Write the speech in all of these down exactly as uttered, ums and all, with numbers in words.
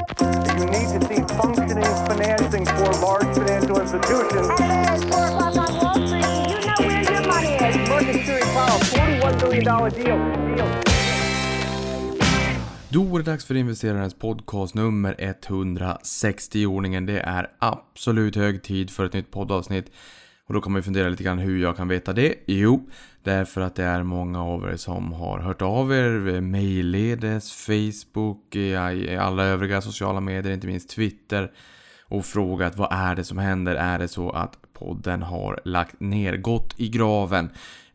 You need to see functioning financing for large financial institutions. And then four o'clock on Wall Street, you know where your money is. Market Series Powell, forty-one billion dollars deal. deal. Då är det dags för investerarens podcast nummer etthundrasextio i ordningen. Det är absolut hög tid för ett nytt poddavsnitt. Och då kan man ju fundera lite grann hur jag kan veta det. Jo, därför att det är många av er som har hört av er mejlledes, Facebook, i alla övriga sociala medier, inte minst Twitter, och frågat vad är det som händer. Är det så att podden har lagt ner, gått i graven?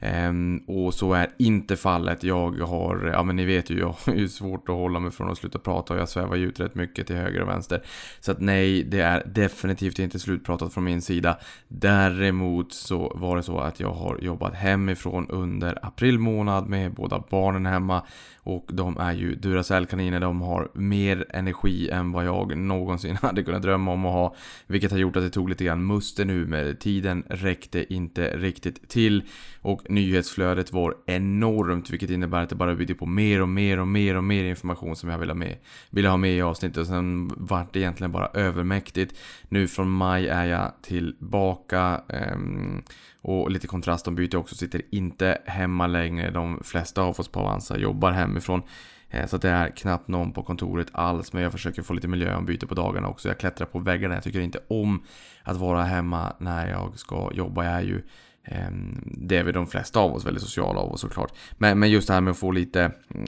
Um, och så är inte fallet. Jag har, ja men ni vet ju, jag har ju svårt att hålla mig från att sluta prata, och jag svävar ju ut rätt mycket till höger och vänster. Så att nej, det är definitivt inte slutpratat från min sida. Däremot så var det så att jag har jobbat hemifrån under april månad med båda barnen hemma. Och de är ju Duracell-kaniner, de har mer energi än vad jag någonsin hade kunnat drömma om att ha. Vilket har gjort att det tog lite grann muster nu, med tiden räckte inte riktigt till. Och nyhetsflödet var enormt, vilket innebär att det bara bygger på mer och mer och mer och mer information som jag ville ha med, ville ha med i avsnittet. Och sen var det egentligen bara övermäktigt. Nu från maj är jag tillbaka. Um, Och lite kontrast, de byter också, sitter inte hemma längre. De flesta av oss på Avanza jobbar hemifrån. Så att det är knappt någon på kontoret alls. Men jag försöker få lite miljöombyte på dagarna också. Jag klättrar på väggarna. Jag tycker inte om att vara hemma när jag ska jobba. Jag är ju, eh, det är väl de flesta av oss väldigt sociala av oss såklart. Men, men just det här med att få lite,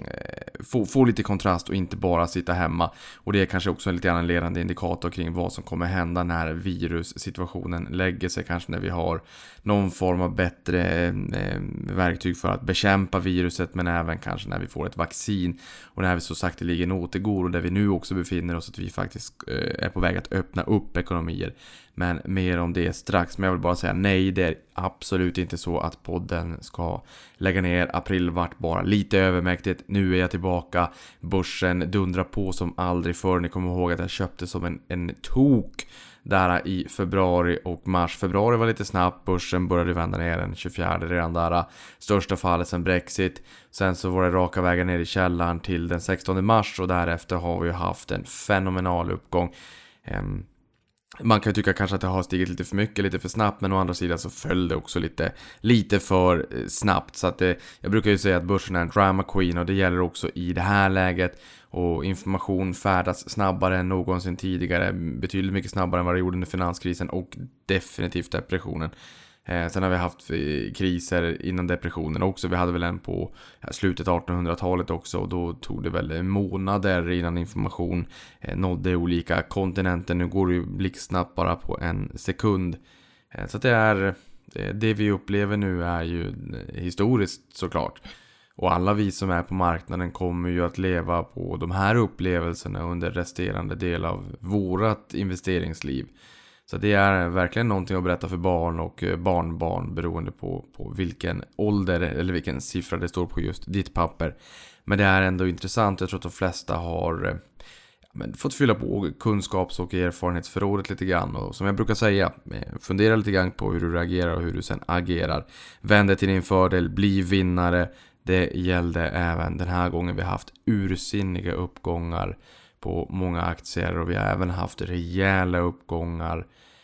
eh, få, få lite kontrast och inte bara sitta hemma. Och det är kanske också en lite annan ledande indikator kring vad som kommer hända när virussituationen lägger sig. Kanske när vi har någon form av bättre eh, verktyg för att bekämpa viruset, men även kanske när vi får ett vaccin och när vi så sakteligen återgår, och där vi nu också befinner oss att vi faktiskt eh, är på väg att öppna upp ekonomier. Men mer om det strax. Men jag vill bara säga nej, det är absolut inte så att podden ska lägga ner. April vart bara lite övermäktigt. Nu är jag tillbaka. Börsen dundrar på som aldrig förr. Ni kommer ihåg att jag köpte som en, en tok där i februari och mars. Februari var lite snabbt. Börsen började vända ner den tjugofjärde redan där. Största fallet sedan Brexit. Sen så var det raka vägen ner i källaren till den sextonde mars. Och därefter har vi ju haft en fenomenal uppgång. Um, Man kan ju tycka kanske att det har stigit lite för mycket, lite för snabbt, men å andra sidan så föll det också lite, lite för snabbt. Så att det, jag brukar ju säga att börsen är en drama queen, och det gäller också i det här läget. Och information färdas snabbare än någonsin tidigare, betydligt mycket snabbare än vad det gjorde under finanskrisen och definitivt depressionen. Eh, sen har vi haft eh, kriser innan depressionen också. Vi hade väl en på ja, slutet av artonhundratalet också, och då tog det väl månader innan information eh, nådde olika kontinenter. Nu går det ju blixtsnabbt bara på en sekund. Eh, så det är eh, det vi upplever nu är ju eh, historiskt såklart. Och alla vi som är på marknaden kommer ju att leva på de här upplevelserna under resterande del av vårat investeringsliv. Så det är verkligen någonting att berätta för barn och barnbarn, beroende på, på vilken ålder eller vilken siffra det står på just ditt papper. Men det är ändå intressant. Jag tror att de flesta har men, fått fylla på kunskaps- och erfarenhetsförrådet lite grann. Och som jag brukar säga, fundera lite grann på hur du reagerar och hur du sen agerar. Vänd det till din fördel, bli vinnare. Det gällde även den här gången. Vi har haft ursinniga uppgångar på många aktier, och vi har även haft rejäla uppgångar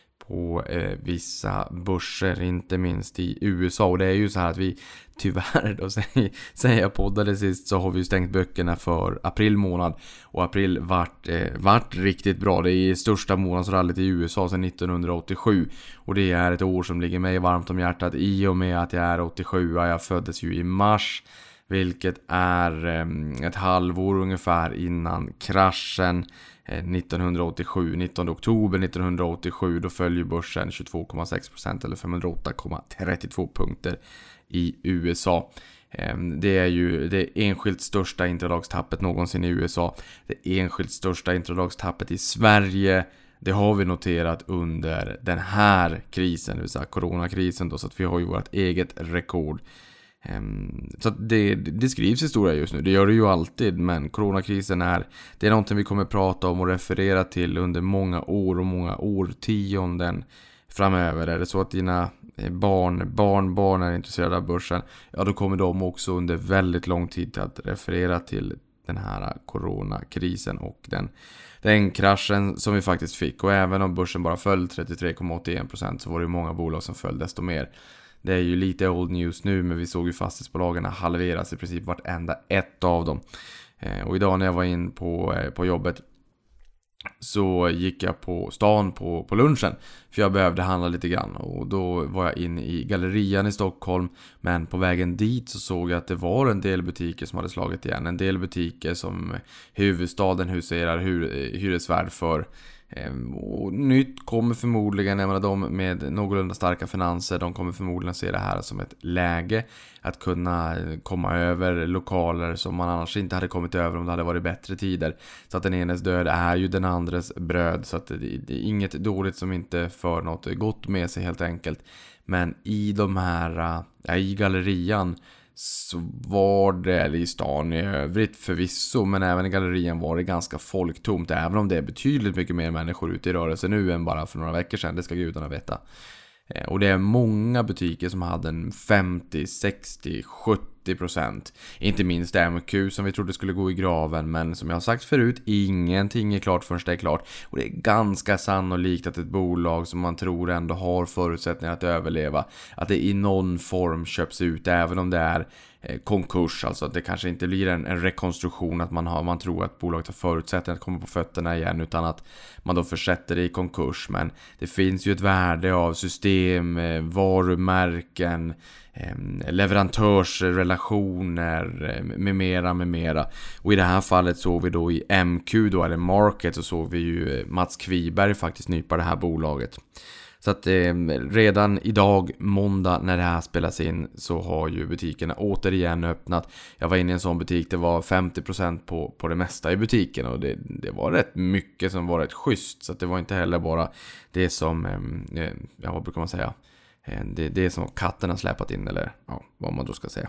på eh, vissa börser, inte minst i U S A. Och det är ju så här att vi tyvärr då, säger jag poddade sist, så har vi stängt böckerna för april månad. Och april vart, eh, vart riktigt bra. Det är största månadsrallyt i U S A sedan nittonhundraåttiosju. Och det är ett år som ligger mig varmt om hjärtat, i och med att jag är åttiosju. Jag föddes ju i mars, vilket är eh, ett halvår ungefär innan kraschen eh, nittonhundraåttiosju. nittonde oktober nittonhundraåttiosju, då följer börsen tjugotvå komma sex procent eller femhundraåtta komma trettiotvå punkter i U S A. Eh, det är ju det enskilt största intradagstappet någonsin i U S A. Det enskilt största intradagstappet i Sverige. Det har vi noterat under den här krisen, det vill säga coronakrisen då, så att vi har ju vårt eget rekord. Så det, det skrivs historia just nu. Det gör det ju alltid, men coronakrisen är det är någonting vi kommer prata om och referera till under många år och många årtionden framöver. Är det så att dina barn, barn, barn är intresserade av börsen, ja då kommer de också under väldigt lång tid att referera till den här coronakrisen och den, den kraschen som vi faktiskt fick. Och även om börsen bara föll trettiotre komma åttioen procent så var det många bolag som föll desto mer. Det är ju lite old news nu, men vi såg ju fastighetsbolagen halveras i princip vartenda ett av dem. Eh, och idag när jag var in på, eh, på jobbet så gick jag på stan på, på lunchen, för jag behövde handla lite grann. Och då var jag inne i Gallerian i Stockholm, men på vägen dit så såg jag att det var en del butiker som hade slagit igen. En del butiker som huvudstaden huserar hyr, hyresvärd för. Och nytt kommer förmodligen, jag menar, de med någorlunda starka finanser, de kommer förmodligen se det här som ett läge att kunna komma över lokaler som man annars inte hade kommit över om det hade varit bättre tider. Så att den enes död är ju den andres bröd, så att det, det är inget dåligt som inte för något gott med sig helt enkelt. Men i de här, ja, i Gallerian så var det, eller i stan i övrigt förvisso, men även i Gallerian var det ganska folktomt, även om det är betydligt mycket mer människor ute i rörelse nu än bara för några veckor sedan, det ska gudarna veta. Och det är många butiker som hade en femtio, sextio, sjuttio procent. Inte minst M Q som vi trodde skulle gå i graven, men som jag har sagt förut, ingenting är klart förrän det är klart. Och det är ganska sannolikt att ett bolag som man tror ändå har förutsättningar att överleva, att det i någon form köps ut, även om det är konkurs, alltså att det kanske inte blir en, en rekonstruktion, att man, har, man tror att bolaget har förutsättningar att komma på fötterna igen, utan att man då försätter det i konkurs. Men det finns ju ett värde av system, varumärken, leverantörsrelationer med mera med mera. Och i det här fallet såg vi då i M Q då, eller Market, så såg vi ju Mats Kviberg faktiskt nypa det här bolaget. Så att eh, redan idag, måndag, när det här spelas in, så har ju butikerna återigen öppnat. Jag var inne i en sån butik, det var femtio procent på, på det mesta i butiken, och det, det var rätt mycket som var rätt schysst. Så att det var inte heller bara det som, eh, ja, vad brukar man säga, eh, det, det som katterna släpat in, eller ja, vad man då ska säga.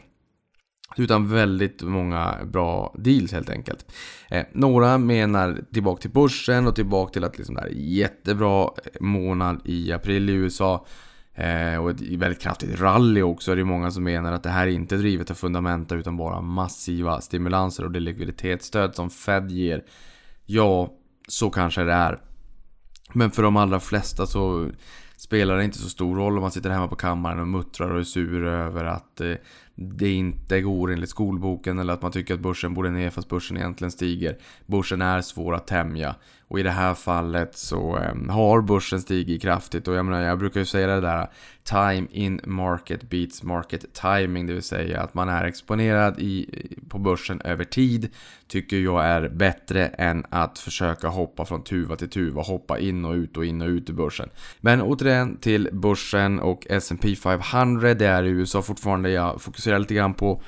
Utan väldigt många bra deals helt enkelt. Eh, några menar tillbaka till börsen och tillbaka till att liksom där jättebra månad i april i U S A. Eh, och ett väldigt kraftigt rally också. Det är många som menar att det här är inte drivet av fundamenta utan bara massiva stimulanser och det likviditetsstöd som Fed ger. Ja, så kanske det är. Men för de allra flesta så spelar det inte så stor roll om man sitter hemma på kammaren och muttrar och är sur över att eh, det inte går enligt skolboken, eller att man tycker att börsen borde ner fast börsen egentligen stiger. Börsen är svår att tämja, och i det här fallet så eh, har börsen stigit kraftigt. Och jag menar, jag brukar ju säga det där, time in market beats market timing, det vill säga att man är exponerad i, på börsen över tid, tycker jag är bättre än att försöka hoppa från tuva till tuva, hoppa in och ut och in och ut i börsen. Men återigen till börsen och S and P femhundra, det är i U S A fortfarande jag fokuserar lite grann på.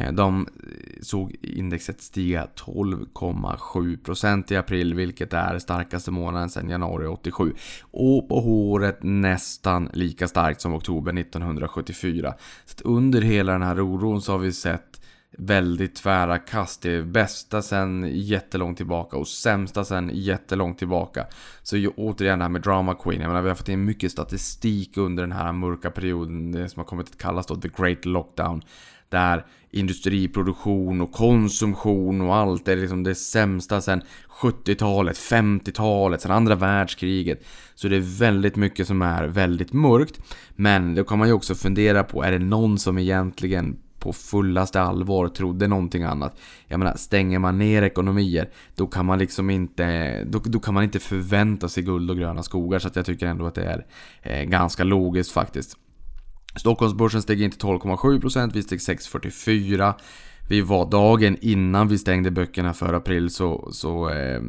De såg indexet stiga tolv komma sju procent i april, vilket är starkaste månaden sedan januari åttiosju, och på håret nästan lika starkt som oktober nittonhundrasjuttiofyra. Så att under hela den här oron så har vi sett väldigt tvära kast. Det är bästa sen jättelångt tillbaka och sämsta sen jättelångt tillbaka. Så ju, återigen det här med drama queen, jag menar, vi har fått in mycket statistik under den här mörka perioden, det som har kommit att kallas då the great lockdown, där industriproduktion och konsumtion och allt är liksom det sämsta sedan sjuttiotalet, femtiotalet, sedan andra världskriget. Så det är väldigt mycket som är väldigt mörkt. Men då kan man ju också fundera på, är det någon som egentligen på fullaste allvar trodde någonting annat? Jag menar, stänger man ner ekonomier, då kan man liksom inte då, då kan man inte förvänta sig guld och gröna skogar. Så att jag tycker ändå att det är eh, ganska logiskt faktiskt. Stockholmsbörsen steg inte tolv komma sju procent, vi steg sex komma fyrtiofyra. Vi var dagen innan vi stängde böckerna för april så, så eh,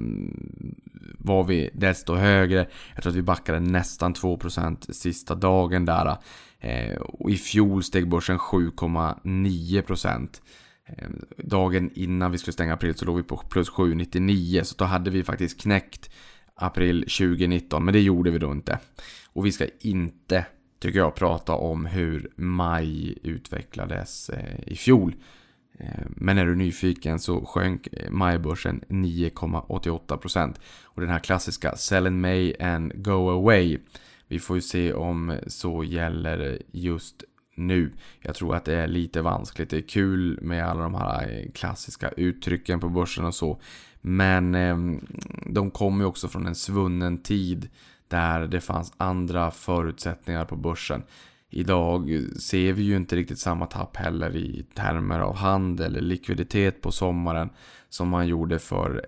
var vi desto högre. Jag tror att vi backade nästan två procent sista dagen där. Eh, och i fjol steg börsen sju komma nio procent. Eh, dagen innan vi skulle stänga april så låg vi på plus sju komma nittionio. Så då hade vi faktiskt knäckt april tjugonitton, men det gjorde vi då inte. Och vi ska inte, tycker jag, prata om hur maj utvecklades eh, i fjol. Eh, men är du nyfiken så sjönk majbörsen nio komma åttioåtta procent. Och den här klassiska sell in May and go away, vi får ju se om så gäller just nu. Jag tror att det är lite vanskligt. Det är kul med alla de här klassiska uttrycken på börsen och så. Men eh, de kommer ju också från en svunnen tid där det fanns andra förutsättningar på börsen. Idag ser vi ju inte riktigt samma tapp heller i termer av handel eller likviditet på sommaren som man gjorde för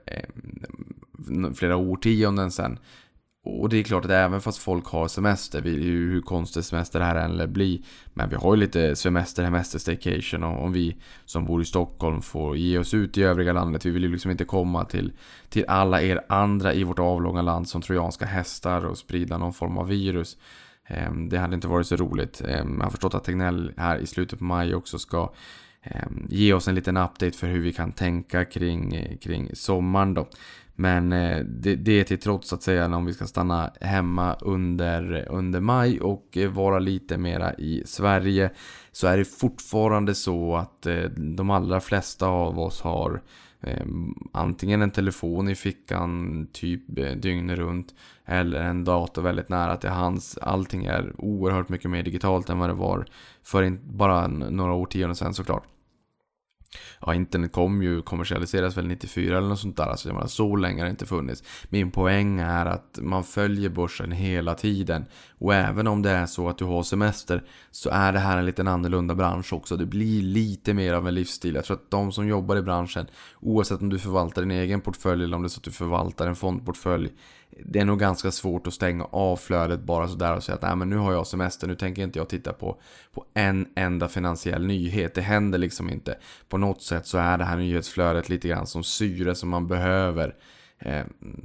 eh, flera årtionden sedan. Och det är klart att även fast folk har semester, vi, hur, hur konstigt semester det här än blir, men vi har ju lite semester, hemester, staycation, och om vi som bor i Stockholm får ge oss ut i övriga landet, vi vill ju liksom inte komma till, till alla er andra i vårt avlånga land som trojanska hästar och sprida någon form av virus. Det hade inte varit så roligt. Jag har förstått att Tegnell här i slutet på maj också ska ge oss en liten update för hur vi kan tänka kring, kring sommaren då. Men det, det är till trots att säga, om vi ska stanna hemma under, under maj och vara lite mera i Sverige, så är det fortfarande så att de allra flesta av oss har eh, antingen en telefon i fickan typ dygnet runt eller en dator väldigt nära till hands. Allting är oerhört mycket mer digitalt än vad det var för bara några årtionden sedan såklart. Ja, internet kom ju kommersialiseras väl nittiofyra eller något sånt där, alltså jag menar, så länge har det inte funnits. Min poäng är att man följer börsen hela tiden, och även om det är så att du har semester så är det här en liten annorlunda bransch också. Det blir lite mer av en livsstil. Jag tror att de som jobbar i branschen, oavsett om du förvaltar din egen portfölj eller om det är så att du förvaltar en fondportfölj, det är nog ganska svårt att stänga av flödet bara så där och säga att nej, men nu har jag semester, nu tänker inte jag titta på, på en enda finansiell nyhet. Det händer liksom inte. På något sätt så är det här nyhetsflödet lite grann som syre som man behöver. Eh,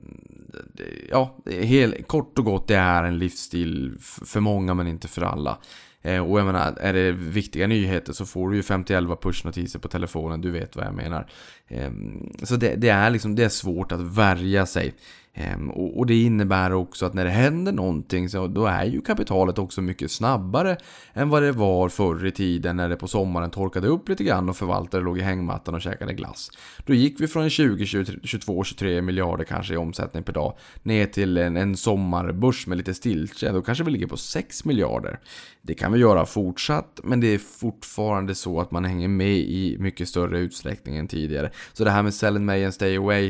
ja, helt, kort och gott, det är en livsstil för många men inte för alla. Eh, och jag menar, är det viktiga nyheter så får du ju femtioelva pushnotiser på telefonen, du vet vad jag menar. Eh, så det, det är liksom, det är svårt att värja sig. Um, och, och det innebär också att när det händer någonting så då är ju kapitalet också mycket snabbare än vad det var förr i tiden när det på sommaren torkade upp lite grann och förvaltare låg i hängmattan och käkade glass. Då gick vi från tjugo, tjugotvå, tjugotre miljarder kanske i omsättning per dag ner till en, en sommarbörs med lite stiltje. Då kanske vi ligger på sex miljarder. Det kan vi göra fortsatt, men det är fortfarande så att man hänger med i mycket större utsträckning än tidigare. Så det här med sell in May and stay away,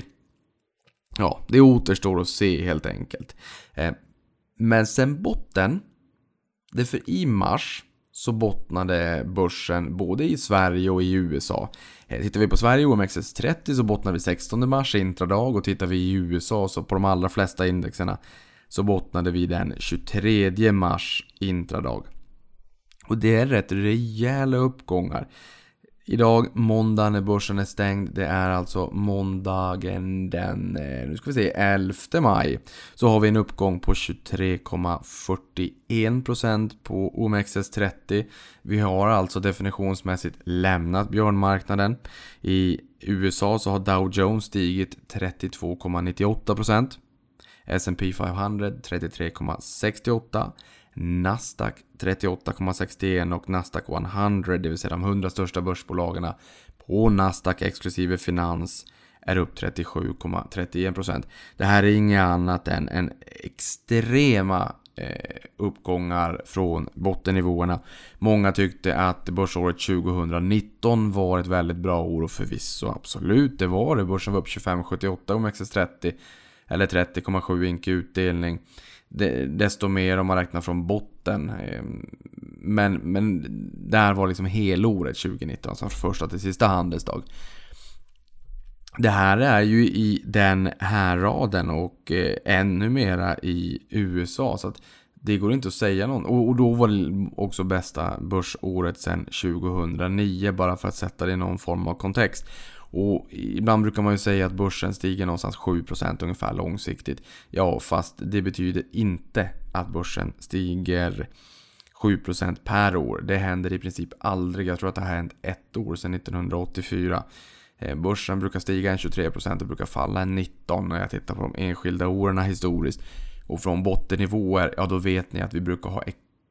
ja, det återstår att se helt enkelt. Eh, men sen botten, det för i mars så bottnade börsen både i Sverige och i U S A. Eh, tittar vi på Sverige och O M X S trettio så bottnar vi sextonde mars intradag, och tittar vi i U S A så på de allra flesta indexerna så bottnade vi den tjugotredje mars intradag. Och det är rätt rejäla uppgångar. Idag, måndag när börsen är stängd, det är alltså måndagen den, nu ska vi se, elfte maj. Så har vi en uppgång på tjugotre komma fyrtioen procent på O M X S trettio. Vi har alltså definitionsmässigt lämnat björnmarknaden. I U S A så har Dow Jones stigit trettiotvå komma nittioåtta procent. S and P femhundra trettiotre komma sextioåtta. Nasdaq trettioåtta komma sextioen och Nasdaq hundra, det vill säga de hundra största börsbolagen på Nasdaq exklusive finans, är upp trettiosju komma trettioen procent. Det här är inget annat än en extrema eh, uppgångar från bottennivåerna. Många tyckte att börsåret tjugonitton var ett väldigt bra år, och förvisso absolut det var det. Börsen var upp tjugofem komma sjuttioåtta om X S trettio eller trettio komma sju ink utdelning. Desto mer om man räknar från botten. Men, men där var liksom helåret tjugonitton, alltså från första till sista handelsdag. Det här är ju i den här raden och eh, ännu mera i U S A, så att det går inte att säga någon. Och, och då var det också bästa börsåret sedan tjugohundranio, bara för att sätta det i någon form av kontext. Och ibland brukar man ju säga att börsen stiger någonstans sju procent ungefär långsiktigt. Ja, fast det betyder inte att börsen stiger sju procent per år. Det händer i princip aldrig. Jag tror att det har hänt ett år sedan nittonhundraåttiofyra. Börsen brukar stiga en tjugotre procent och brukar falla en nitton när jag tittar på de enskilda åren historiskt. Och från bottennivåer, ja då vet ni att vi brukar ha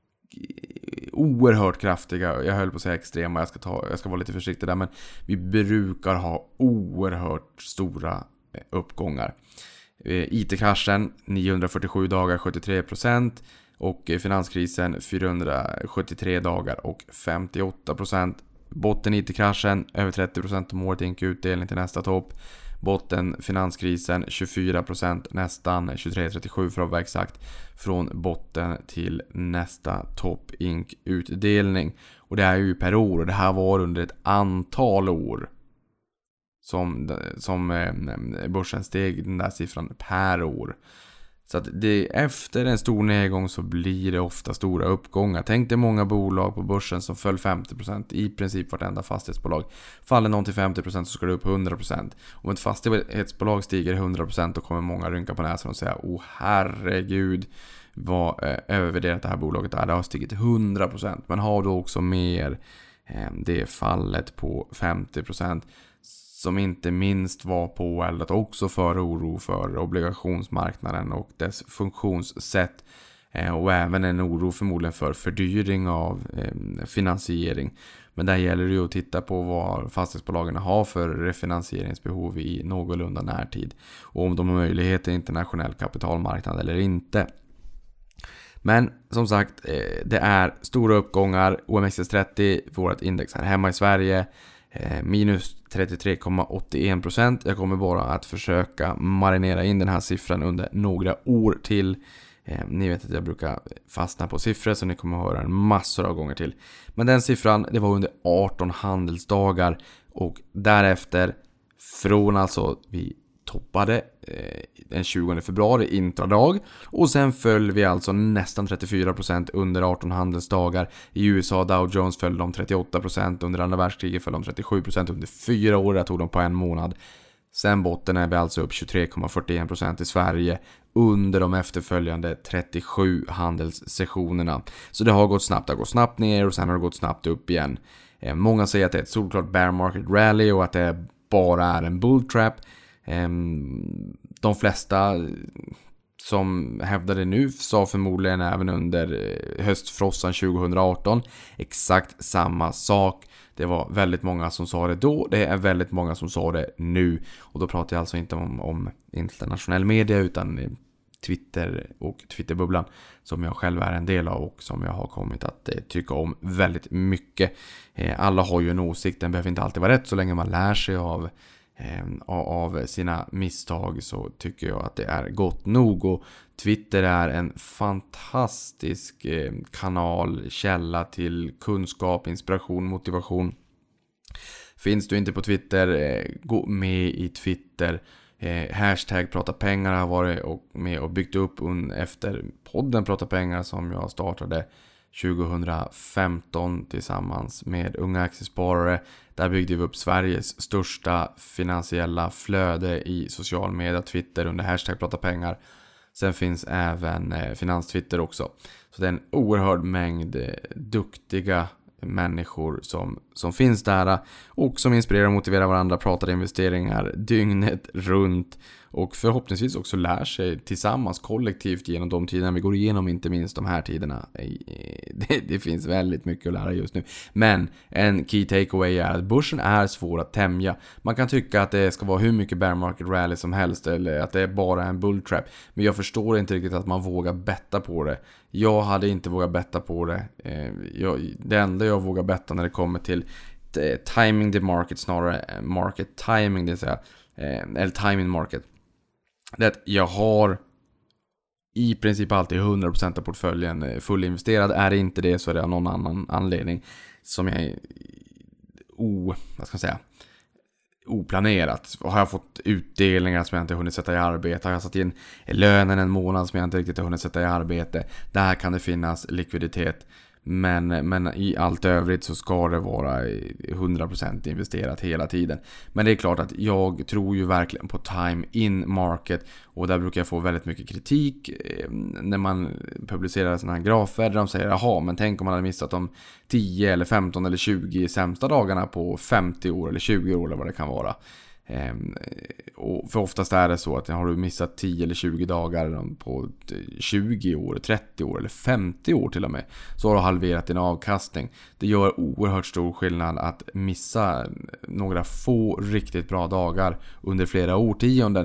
oerhört kraftiga, jag höll på att säga extrema, jag ska, ta, jag ska vara lite försiktig där, men vi brukar ha oerhört stora uppgångar. I T-kraschen niohundrafyrtiosju dagar sjuttiotre procent, och finanskrisen fyrahundrasjuttiotre dagar och femtioåtta procent. Botten I T-kraschen över trettio procent om året, inte utdelning till nästa topp. Botten finanskrisen tjugofyra procent, nästan tjugotre trettiosju för att vara exakt, från botten till nästa topp, ink utdelning. Och det är ju per år, och det här var under ett antal år som, som börsen steg den där siffran per år. Så att det, efter en stor nedgång så blir det ofta stora uppgångar. Tänk dig många bolag på börsen som föll femtio procent. I princip vartenda fastighetsbolag. Faller någon till femtio procent så ska det upp hundra procent. Om ett fastighetsbolag stiger hundra procent då kommer många rynka på näsan och säga: åh herregud, vad eh, övervärderat det här bolaget är. Det har stigit hundra procent. Men har då också mer eh, det fallet på femtio procent som inte minst var påeldat också för oro för obligationsmarknaden och dess funktionssätt, eh, och även en oro förmodligen för fördyring av eh, finansiering. Men där gäller det ju att titta på vad fastighetsbolagen har för refinansieringsbehov i någorlunda närtid och om de har möjlighet till internationell kapitalmarknad eller inte. Men som sagt, eh, det är stora uppgångar. O M X S trettio, vårt index här hemma i Sverige, minus trettiotre komma åttioen procent. Jag kommer bara att försöka marinera in den här siffran under några år till. Eh, ni vet att jag brukar fastna på siffror, så ni kommer att höra en massor av gånger till. Men den siffran, det var under arton handelsdagar. Och därefter, från alltså vi toppade eh, den tjugonde februari intradag, och sen föll vi alltså nästan trettiofyra procent under arton handelsdagar. I U S A Dow Jones föll de trettioåtta procent, under andra världskriget föll de trettiosju procent, under fyra år, jag tog dem på en månad. Sen botten är vi alltså upp tjugotre komma fyrtioen procent i Sverige under de efterföljande trettiosju handelssessionerna. Så det har gått snabbt, det har gått snabbt ner och sen har det gått snabbt upp igen. Eh, många säger att det är ett solklart bear market rally och att det bara är en bull trap. De flesta som hävdade nu sa förmodligen även under höstfrossan tjugohundraarton exakt samma sak. Det var väldigt många som sa det då, det är väldigt många som sa det nu. Och då pratar jag alltså inte om, om internationell media utan Twitter och Twitterbubblan som jag själv är en del av och som jag har kommit att eh, tycka om väldigt mycket. Eh, alla har ju en åsikt, den behöver inte alltid vara rätt så länge man lär sig av av sina misstag, så tycker jag att det är gott nog. Och Twitter är en fantastisk kanal, källa till kunskap, inspiration, motivation. Finns du inte på Twitter, gå med i Twitter. Hashtag Prata Pengar har varit och med och byggt upp efter podden Prata Pengar som jag startade tjugohundrafemton tillsammans med unga aktiesparare. Där byggde vi upp Sveriges största finansiella flöde i social media, Twitter, under hashtag Prata Pengar. Sen finns även eh, Finanstwitter också. Så det är en oerhörd mängd eh, duktiga människor som, som finns där och som inspirerar och motiverar varandra, pratar investeringar dygnet runt och förhoppningsvis också lär sig tillsammans kollektivt genom de tiderna vi går igenom, inte minst de här tiderna. Det, det finns väldigt mycket att lära just nu. Men en key takeaway är att börsen är svår att tämja. Man kan tycka att det ska vara hur mycket bear market rally som helst eller att det är bara en bull trap. Men jag förstår inte riktigt att man vågar betta på det. Jag hade inte vågat betta på det. Jag, det enda jag vågar betta när det kommer till timing the market snarare market timing, det vill säga, eller timing market. Det är att jag har i princip alltid hundra procent av portföljen fullinvesterad. Är det inte det så är det av någon annan anledning som jag är o, vad ska jag säga, oplanerat. Har jag fått utdelningar som jag inte hunnit sätta i arbete? Har jag satt in lönen en månad som jag inte riktigt har hunnit sätta i arbete? Där kan det finnas likviditet. Men, men i allt övrigt så ska det vara hundra procent investerat hela tiden. Men det är klart att jag tror ju verkligen på time in market. Och där brukar jag få väldigt mycket kritik när man publicerar sådana här grafer där de säger, jaha, men tänk om man hade missat de tio eller femton eller tjugo sämsta dagarna på femtio år eller tjugo år eller vad det kan vara. Um, och för oftast är det så att har du missat tio eller tjugo dagar på tjugo år, trettio år eller femtio år till och med, så har du halverat din avkastning. Det gör oerhört stor skillnad att missa några få riktigt bra dagar under flera årtionden.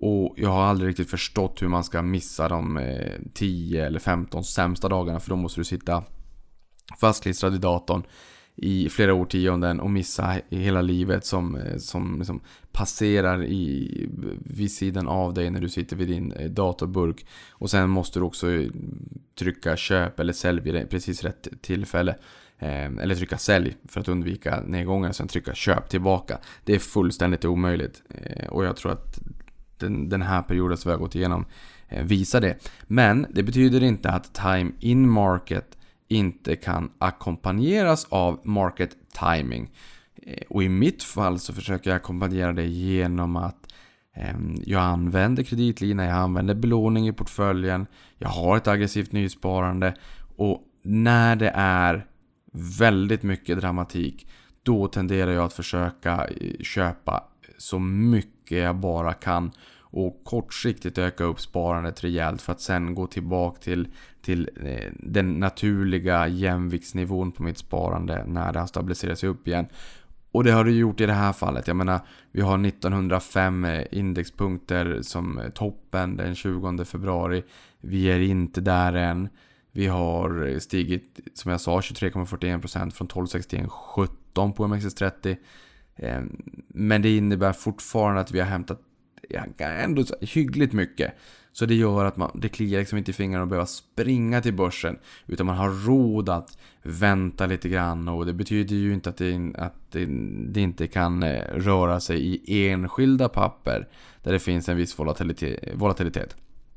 Och jag har aldrig riktigt förstått hur man ska missa de eh, tio eller femton sämsta dagarna. För då måste du sitta fastklistrad i datorn i flera årtionden och missa hela livet som, som liksom passerar i, vid sidan av dig när du sitter vid din datorburk. Och sen måste du också trycka köp eller sälj vid precis rätt tillfälle. Eller trycka sälj för att undvika nedgångar och sen trycka köp tillbaka. Det är fullständigt omöjligt. Och jag tror att den, den här perioden som vi har gått igenom visar det. Men det betyder inte att time in market inte kan ackompanjeras av market timing. Och i mitt fall så försöker jag ackompanjera det genom att eh, jag använder kreditlina, jag använder belåning i portföljen, jag har ett aggressivt nysparande, och när det är väldigt mycket dramatik, då tenderar jag att försöka köpa så mycket jag bara kan och kortsiktigt öka upp sparandet rejält för att sen gå tillbaka till, till eh, den naturliga jämviktsnivån på mitt sparande när det har stabiliserat sig upp igen. Och det har det gjort i det här fallet. Jag menar, vi har nittonhundrafem indexpunkter som toppen den tjugonde februari. Vi är inte där än. Vi har stigit, som jag sa, tjugotre komma fyrtioen procent från tolv sextioen sjutton på M X S trettio. Eh, men det innebär fortfarande att vi har hämtat ändå hyggligt mycket. Så det gör att man, det kliar liksom inte i fingrarna och behöva springa till börsen, utan man har råd att vänta lite grann. Och det betyder ju inte att det, att det, det inte kan röra sig i enskilda papper där det finns en viss volatilitet. volatilitet.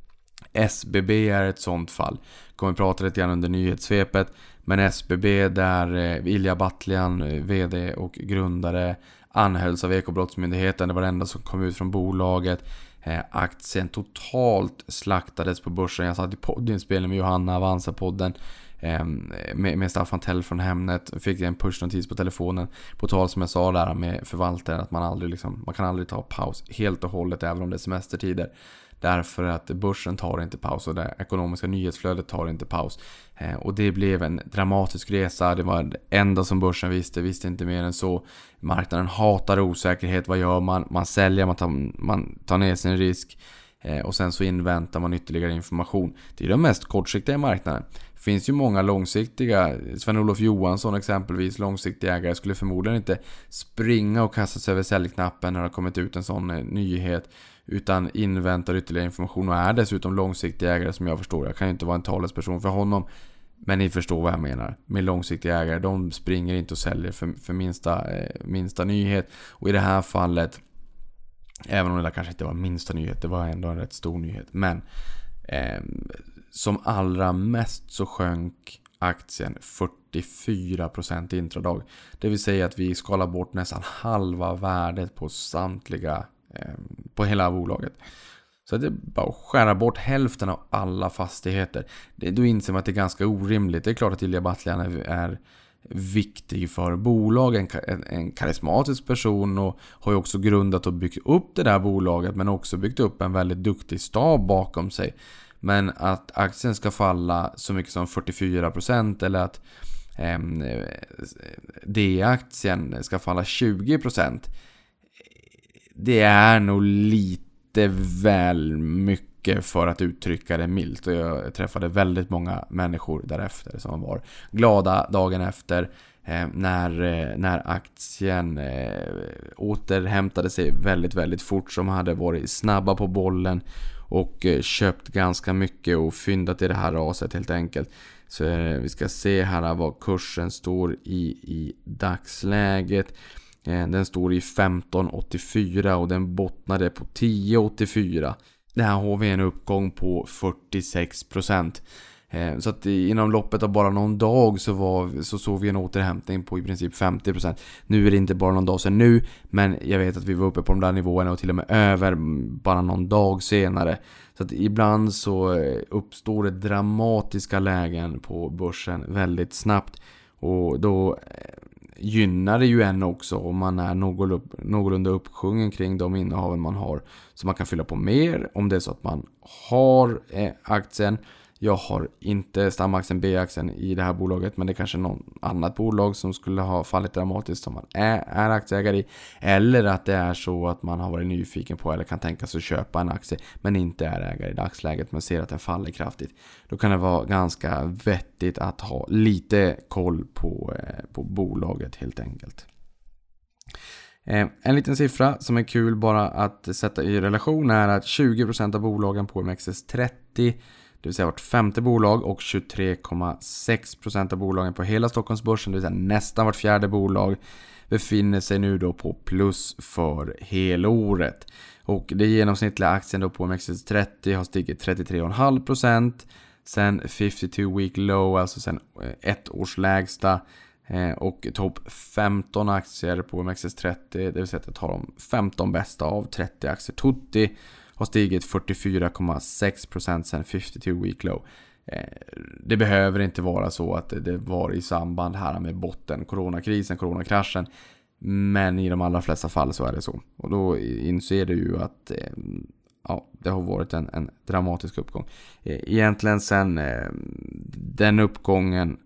S B B är ett sånt fall. Kommer prata lite grann under nyhetssvepet. Men S B B där Ilja Batljan, vd och grundare, anhölls av Ekobrottsmyndigheten. Det var det enda som kom ut från bolaget. Eh, aktien totalt slaktades på börsen. Jag satt i poddinspelning med Johanna Avanza-podden eh, med, med Staffan Tell från Hemnet. Fick en pushnotis på telefonen. På tal som jag sa där med förvaltaren, att man aldrig liksom, man kan aldrig ta paus helt och hållet även om det är semestertider. Därför att börsen tar inte paus och det ekonomiska nyhetsflödet tar inte paus. Eh, och det blev en dramatisk resa. Det var det enda som börsen visste. Visste inte mer än så. Marknaden hatar osäkerhet. Vad gör man? Man säljer, man tar, man tar ner sin risk. Eh, och sen så inväntar man ytterligare information. Det är de mest kortsiktiga marknaden. Det finns ju många långsiktiga. Sven-Olof Johansson exempelvis, långsiktig ägare, skulle förmodligen inte springa och kasta sig över säljknappen när det har kommit ut en sån eh, nyhet. Utan inväntar ytterligare information och är dessutom långsiktig ägare, som jag förstår. Jag kan ju inte vara en talesperson för honom, men ni förstår vad jag menar. Med långsiktiga ägare, de springer inte och säljer för, för minsta, eh, minsta nyhet. Och i det här fallet, även om det kanske inte var minsta nyhet, det var ändå en rätt stor nyhet. Men eh, som allra mest så sjönk aktien fyrtiofyra procent intradag. Det vill säga att vi skalar bort nästan halva värdet på samtliga, på hela bolaget. Så det är bara att skära bort hälften av alla fastigheter. Det, då inser man att det är ganska orimligt. Det är klart att Ilja Batljan är, är viktig för bolagen. En, en karismatisk person och har ju också grundat och byggt upp det där bolaget, men också byggt upp en väldigt duktig stab bakom sig. Men att aktien ska falla så mycket som fyrtiofyra procent eller att eh, D-aktien ska falla tjugo procent, det är nog lite väl mycket för att uttrycka det milt. Och jag träffade väldigt många människor därefter som var glada dagen efter eh, när, eh, när aktien eh, återhämtade sig väldigt, väldigt fort, som hade varit snabba på bollen och eh, köpt ganska mycket och fyndat i det här raset helt enkelt. Så eh, vi ska se här vad kursen står i i dagsläget. Den står i femton åttiofyra och den bottnade på tio åttiofyra. Det här har vi en uppgång på fyrtiosex procent. Så att inom loppet av bara någon dag så, var, så såg vi en återhämtning på i princip femtio procent. Nu är det inte bara någon dag sedan nu, men jag vet att vi var uppe på de där nivåerna och till och med över bara någon dag senare. Så att ibland så uppstår det dramatiska lägen på börsen väldigt snabbt, och då gynnar det ju en också om man är någorlunda uppsjungen kring de innehaven man har, så man kan fylla på mer om det är så att man har aktien Jag har inte stamaktien B-aktien i det här bolaget, men det är kanske någon annat bolag som skulle ha fallit dramatiskt som man är, är aktieägare i. Eller att det är så att man har varit nyfiken på eller kan tänka sig att köpa en aktie men inte är ägare i dagsläget men ser att den faller kraftigt. Då kan det vara ganska vettigt att ha lite koll på, eh, på bolaget helt enkelt. Eh, en liten siffra som är kul bara att sätta i relation är att tjugo procent av bolagen på O M X S trettio, det vill säga vart femte bolag, och tjugotre komma sex procent av bolagen på hela Stockholmsbörsen, det vill säga nästan vart fjärde bolag, befinner sig nu då på plus för helåret. Och det genomsnittliga aktien då på O M X S trettio har stigit trettiotre komma fem procent sen femtiotvå week low, alltså sen ett års lägsta. Och topp femton aktier på O M X S trettio, det vill säga att jag tar de femton bästa av trettio aktier. Tutti har stigit fyrtiofyra komma sex procent sen femtiotvå week low. Det behöver inte vara så att det var i samband här med botten, coronakrisen, coronakraschen. Men i de allra flesta fall så är det så. Och då inser du ju att ja, det har varit en, en dramatisk uppgång. Egentligen sen den uppgången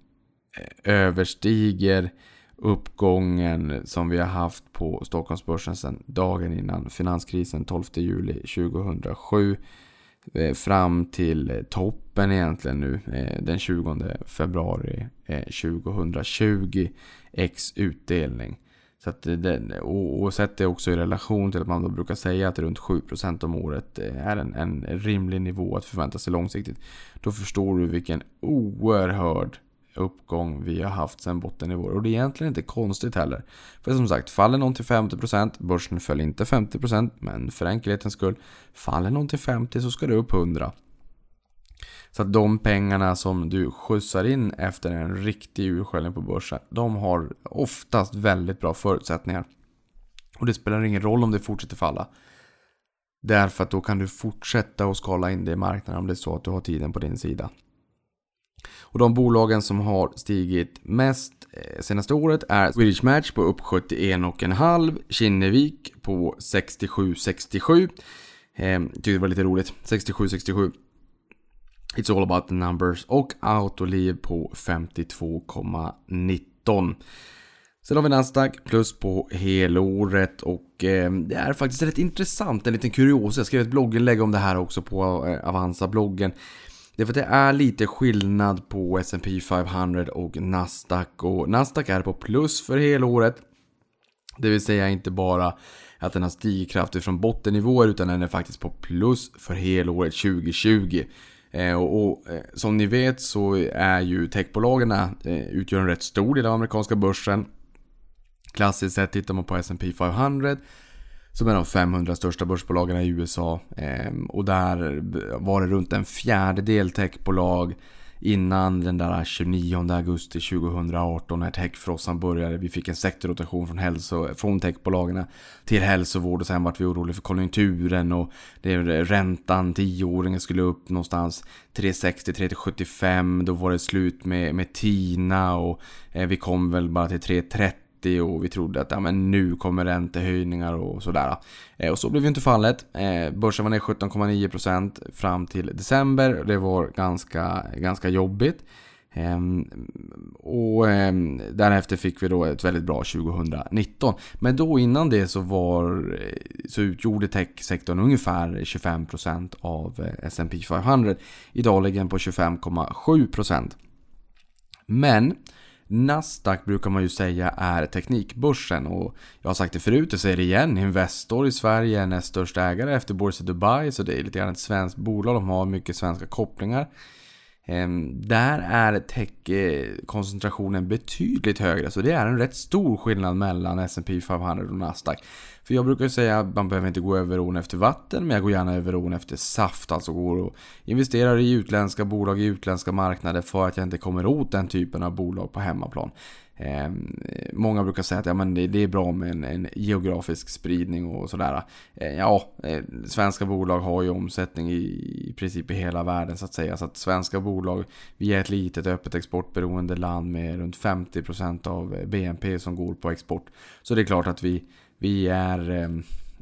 överstiger uppgången som vi har haft på Stockholmsbörsen sedan dagen innan finanskrisen tolfte juli tjugohundrasju fram till toppen egentligen nu den tjugonde februari tjugohundratjugo x utdelning. Så att det, och, och sett det också i relation till att man då brukar säga att runt sju procent om året är en, en rimlig nivå att förvänta sig långsiktigt. Då förstår du vilken oerhörd uppgång vi har haft sedan bottennivåer. Och det är egentligen inte konstigt heller. För som sagt, faller någon till femtio procent, börsen föll inte femtio procent, men för enkelhetens skull, faller någon till femtio så ska det upp hundra. Så att de pengarna som du skjutsar in efter en riktig urskällning på börsen, de har oftast väldigt bra förutsättningar. Och det spelar ingen roll om det fortsätter falla. Därför att då kan du fortsätta att skala in det i marknaden om det är så att du har tiden på din sida. Och de bolagen som har stigit mest senaste året är Swedish Match på upp sjuttioen komma fem, Kinnevik på sextiosju sextiosju. Eh, tyckte det var lite roligt. sextiosju sextiosju. It's all about the numbers. Och Autoliv på femtiotvå komma nitton. Sen har vi Nasdaq plus på helåret. Och eh, det är faktiskt rätt intressant. En liten kuriosa. Jag skrev ett blogginlägg om det här också på eh, Avanza-bloggen. Det är för att det är lite skillnad på S and P femhundra och Nasdaq. Och Nasdaq är på plus för helåret. Det vill säga inte bara att den har stigit kraftigt från bottennivåer, utan den är faktiskt på plus för helåret tjugohundratjugo. Eh, och, och eh, som ni vet så är ju techbolagen eh, utgör en rätt stor del av amerikanska börsen. Klassiskt sett tittar man på S and P femhundra som är de femhundra största börsbolagen i U S A. Eh, och där var det runt en fjärdedel techbolag innan den där tjugonionde augusti tjugohundraarton när techfrossan började. Vi fick en sektorrotation från, hälso, från techbolagen till hälsovård, och sen var vi oroliga för konjunkturen och det, räntan tioåringen skulle upp någonstans tre sextio till tre sjuttiofem. Då var det slut med, med Tina och eh, vi kom väl bara till tre trettio. Och vi trodde att ja, men nu kommer räntehöjningar och sådär. Eh, och så blev ju inte fallet. Eh, börsen var ner sjutton komma nio procent fram till december. Det var ganska, ganska jobbigt. Eh, och eh, därefter fick vi då ett väldigt bra tjugonitton. Men då innan det så, var, så utgjorde techsektorn ungefär tjugofem procent av S and P femhundra. Idag ligger den på tjugofem komma sju procent. Men Nasdaq brukar man ju säga är teknikbörsen, och jag har sagt det förut och säger det igen, Investor i Sverige är näst största ägare efter Borsa Dubai, så det är lite grann ett svenskt bolag, de har mycket svenska kopplingar. Ehm, där är tech-koncentrationen betydligt högre, så det är en rätt stor skillnad mellan S and P femhundra och Nasdaq. För jag brukar säga att man behöver inte gå över ån efter vatten, men jag går gärna över ån efter saft, alltså går och investerar i utländska bolag i utländska marknader för att jag inte kommer åt den typen av bolag på hemmaplan. Eh, många brukar säga att ja, men det, det är bra med en, en geografisk spridning och sådär. Eh, ja, eh, svenska bolag har ju omsättning i, i princip i hela världen så att säga. Så att svenska bolag, vi är ett litet öppet exportberoende land med runt femtio procent av B N P som går på export. Så det är klart att vi, vi är... Eh,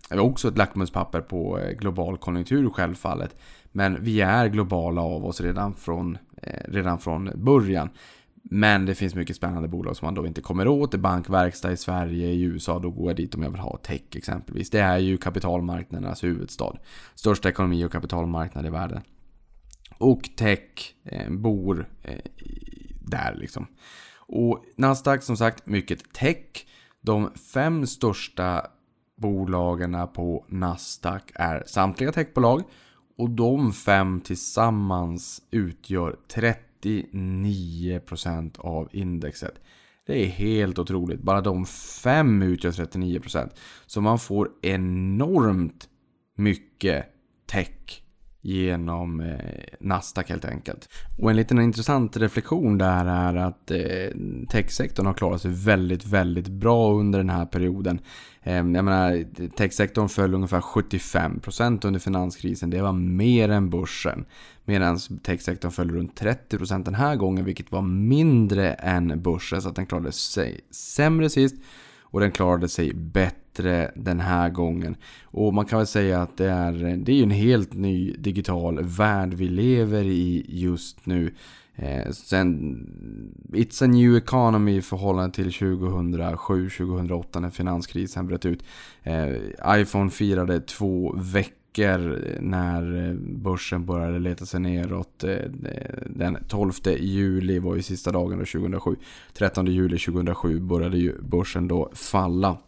är också ett lackmuspapper på global konjunktur självfallet. Men vi är globala av oss redan från, eh, redan från början. Men det finns mycket spännande bolag som man då inte kommer åt. Det är bankverkstad i Sverige, i U S A, då går jag dit om jag vill ha tech exempelvis. Det är ju kapitalmarknadernas huvudstad. Största ekonomi och kapitalmarknad i världen. Och tech eh, bor eh, där liksom. Och Nasdaq som sagt, mycket tech. De fem största bolagen på Nasdaq är samtliga techbolag. Och de fem tillsammans utgör trettionio procent av indexet. Det är helt otroligt. Bara de fem utgör trettionio procent. Så man får enormt mycket tech genom eh, Nasdaq helt enkelt. Och en liten intressant reflektion där är att eh, techsektorn har klarat sig väldigt, väldigt bra under den här perioden. Eh, jag menar, techsektorn föll ungefär sjuttiofem procent under finanskrisen. Det var mer än börsen. Medan techsektorn föll runt trettio procent den här gången, vilket var mindre än börsen. Så att den klarade sig sämre sist. Och den klarade sig bättre den här gången. Och man kan väl säga att det är, det är ju en helt ny digital värld vi lever i just nu. Eh, sen, it's a new economy i förhållande till tjugohundrasju tjugohundraåtta när finanskrisen bröt ut. Eh, iPhone firade två veckor när börsen började leta sig neråt. Den tolfte juli var ju sista dagen då tjugohundrasju. trettonde juli tjugohundrasju började ju börsen då falla.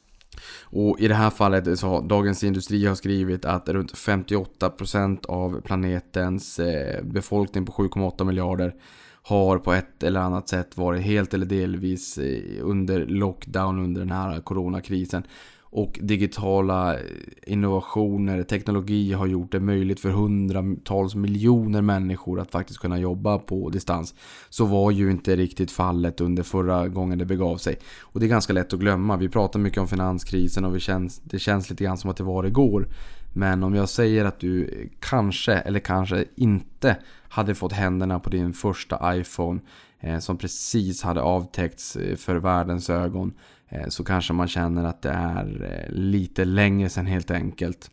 Och i det här fallet så har Dagens Industri har skrivit att runt femtioåtta procent av planetens befolkning på sju komma åtta miljarder har på ett eller annat sätt varit helt eller delvis under lockdown under den här coronakrisen. Och digitala innovationer, teknologi har gjort det möjligt för hundratals miljoner människor att faktiskt kunna jobba på distans. Så var ju inte riktigt fallet under förra gången det begav sig. Och det är ganska lätt att glömma. Vi pratar mycket om finanskrisen och vi känns, det känns lite grann som att det var igår. Men om jag säger att du kanske eller kanske inte hade fått händerna på din första iPhone eh, som precis hade avtäckts för världens ögon, så kanske man känner att det är lite längre sedan helt enkelt.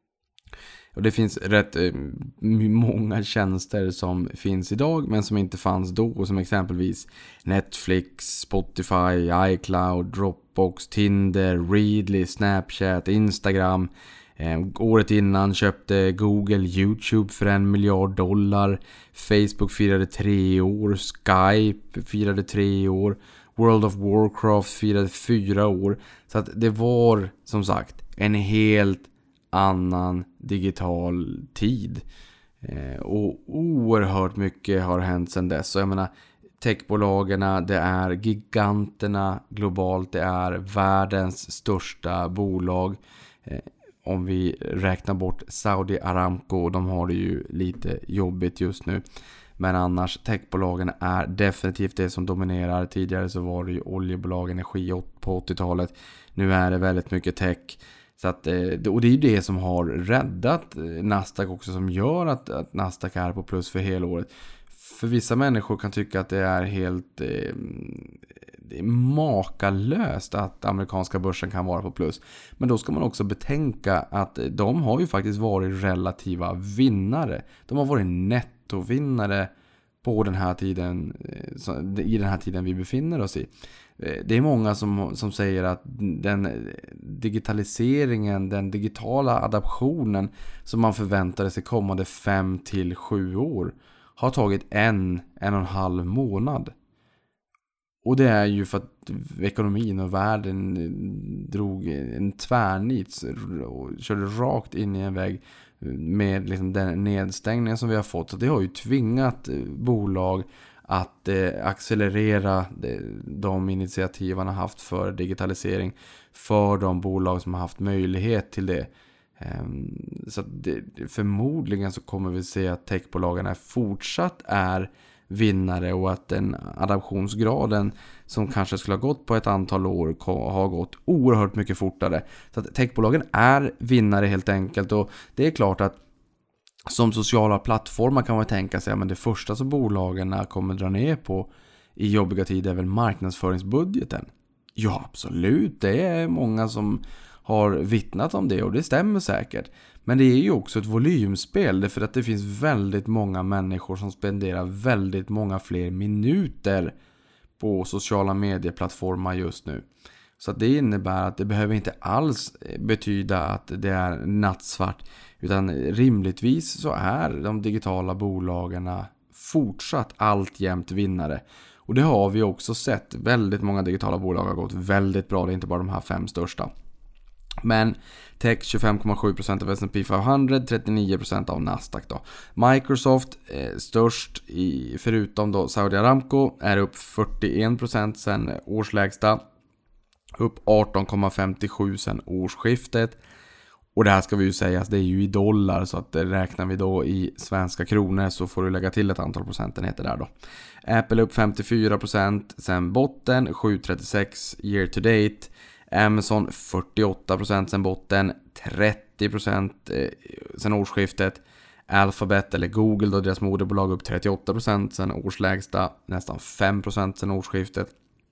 Och det finns rätt många tjänster som finns idag men som inte fanns då, som exempelvis Netflix, Spotify, iCloud, Dropbox, Tinder, Readly, Snapchat, Instagram. Eh, året innan köpte Google YouTube för en miljard dollar. Facebook firade tre år, Skype firade tre år. World of Warcraft firade fyra år. Så att det var som sagt en helt annan digital tid. Eh, och oerhört mycket har hänt sedan dess. Så jag menar, techbolagen, det är giganterna globalt. Det är världens största bolag. Eh, om vi räknar bort Saudi Aramco. De har det ju lite jobbigt just nu. Men annars, techbolagen är definitivt det som dominerar. Tidigare så var det ju oljebolag, energi på åttiotalet. Nu är det väldigt mycket tech. Så att, och det är ju det som har räddat Nasdaq också, som gör att, att Nasdaq är på plus för hela året. För vissa människor kan tycka att det är helt eh, det är makalöst att amerikanska börsen kan vara på plus. Men då ska man också betänka att de har ju faktiskt varit relativa vinnare. De har varit nettovinnare på den här tiden, i den här tiden vi befinner oss i. Det är många som, som säger att den digitaliseringen, den digitala adaptionen som man förväntade sig kommande fem till sju år har tagit en, en och en halv månad. Och det är ju för att ekonomin och världen drog en tvärnit och körde rakt in i en vägg med liksom den nedstängningen som vi har fått. Så det har ju tvingat bolag att eh, accelerera de, de initiativ man har haft för digitalisering för de bolag som har haft möjlighet till det. Um, så det, förmodligen så kommer vi se att techbolagen är fortsatt är vinnare och att den adaptionsgraden som kanske skulle ha gått på ett antal år har gått oerhört mycket fortare. Så att techbolagen är vinnare helt enkelt, och det är klart att som sociala plattformar kan man tänka sig att det första som bolagen kommer dra ner på i jobbiga tider är väl marknadsföringsbudgeten. Ja, absolut. Det är många som har vittnat om det, och det stämmer säkert. Men det är ju också ett volymspel, för att det finns väldigt många människor som spenderar väldigt många fler minuter på sociala medieplattformar just nu. Så att det innebär att det behöver inte alls betyda att det är nattsvart, utan rimligtvis så är de digitala bolagen fortsatt alltjämt vinnare. Och det har vi också sett. Väldigt många digitala bolag har gått väldigt bra. Det är inte bara de här fem största. Men tech tjugofem komma sju procent av S and P femhundra, trettionio procent av Nasdaq då. Microsoft eh, störst i, förutom då Saudi Aramco, är upp fyrtioen procent sedan årslägsta. Upp arton komma femtiosju sedan årsskiftet. Och det här ska vi ju säga, det är ju i dollar, så att räknar vi då i svenska kronor så får du lägga till ett antal procentenheter där då. Apple upp femtiofyra procent sen botten, sju komma trettiosex year to date. Amazon fyrtioåtta procent sen botten, trettio procent sen årsskiftet. Alphabet eller Google då, deras moderbolag, upp trettioåtta procent sen årslägsta, nästan fem procent sen årsskiftet.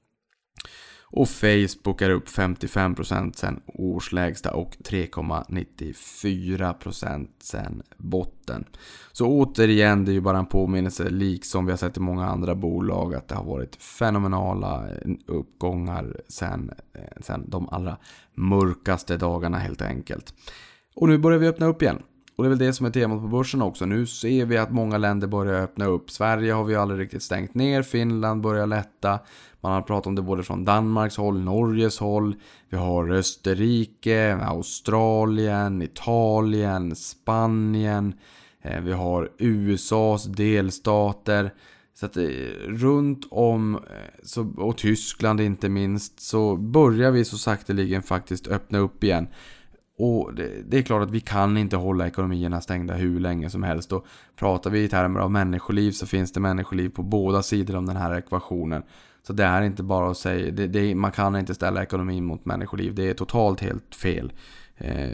Och Facebook är upp femtiofem procent sen årslägsta och tre komma nittiofyra procent sen botten. Så återigen, det är ju bara en påminnelse, liksom vi har sett i många andra bolag, att det har varit fenomenala uppgångar sen, sen de allra mörkaste dagarna helt enkelt. Och nu börjar vi öppna upp igen. Och det är väl det som är temat på börsen också. Nu ser vi att många länder börjar öppna upp. Sverige har vi aldrig riktigt stängt ner. Finland börjar lätta. Man har pratat om det både från Danmarks håll, Norges håll. Vi har Österrike, Australien, Italien, Spanien. Vi har U S A:s delstater. Så att runt om, så, och Tyskland inte minst, så börjar vi så sakteligen faktiskt öppna upp igen. Och det, det är klart att vi kan inte hålla ekonomierna stängda hur länge som helst. Och pratar vi i termer av människoliv, så finns det människoliv på båda sidor om den här ekvationen. Så det är inte bara att säga, det, det, man kan inte ställa ekonomin mot människoliv. Det är totalt helt fel. Eh,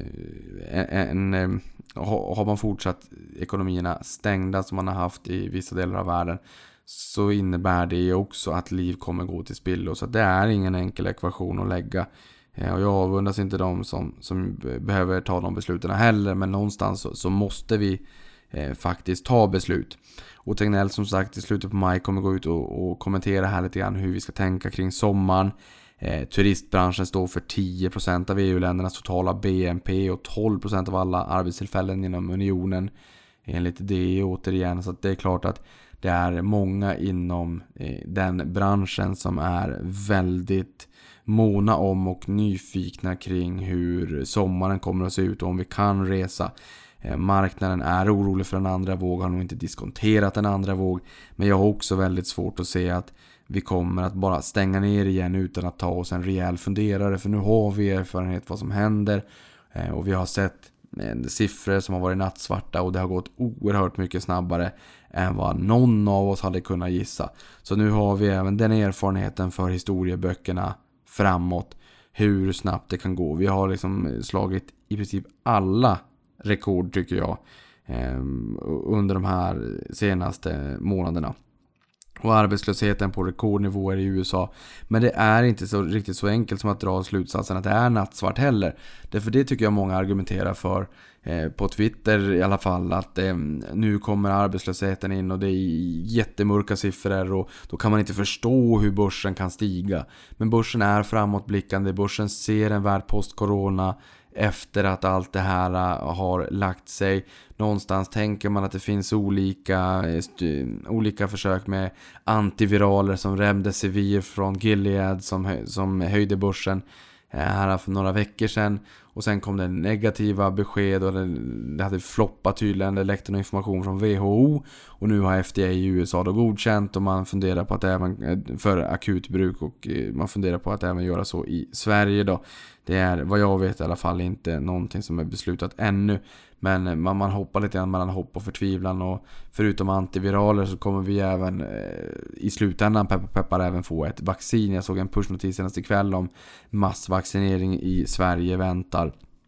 en, en, har man fortsatt ekonomierna stängda som man har haft i vissa delar av världen, så innebär det också att liv kommer gå till spillo. Så det är ingen enkel ekvation att lägga. Och jag avundas inte de som, som behöver ta de besluten heller. Men någonstans så, så måste vi eh, faktiskt ta beslut. Och Tegnell som sagt i slutet på maj kommer gå ut och, och kommentera här lite grann hur vi ska tänka kring sommaren. Eh, turistbranschen står för tio procent av E U-ländernas totala B N P och tolv procent av alla arbetstillfällen inom unionen. Enligt det återigen, så att det är klart att det är många inom eh, den branschen som är väldigt måna om och nyfikna kring hur sommaren kommer att se ut och om vi kan resa. Eh, marknaden är orolig för en andra våg, har nog inte diskonterat en andra våg, men jag har också väldigt svårt att se att vi kommer att bara stänga ner igen utan att ta oss en rejäl funderare, för nu har vi erfarenhet vad som händer eh, och vi har sett eh, siffror som har varit nattsvarta och det har gått oerhört mycket snabbare än vad någon av oss hade kunnat gissa. Så nu har vi även den erfarenheten för historieböckerna framåt, hur snabbt det kan gå. Vi har liksom slagit i princip alla rekord tycker jag eh, under de här senaste månaderna. Och arbetslösheten på rekordnivåer i U S A. Men det är inte så riktigt så enkelt som att dra slutsatsen att det är nattsvart heller. Därför det tycker jag många argumenterar för eh, på Twitter i alla fall, att eh, nu kommer arbetslösheten in och det är jättemörka siffror och då kan man inte förstå hur börsen kan stiga. Men börsen är framåtblickande, börsen ser en värld post-corona efter att allt det här har lagt sig. Någonstans tänker man att det finns olika, olika försök med antiviraler som Remdesivir från Gilead som, som höjde börsen här för några veckor sedan. Och sen kom det negativa besked och det, det hade floppat tydligen. Det läckte information från W H O och nu har F D A i U S A då godkänt och man funderar på att även för akutbruk och man funderar på att även göra så i Sverige då. Det är vad jag vet i alla fall inte någonting som är beslutat ännu. Men man, man hoppar lite grann mellan hopp och förtvivlan och förutom antiviraler så kommer vi även eh, i slutändan peppar peppar även få ett vaccin. Jag såg en pushnotis senaste kväll om massvaccinering i Sverige väntar.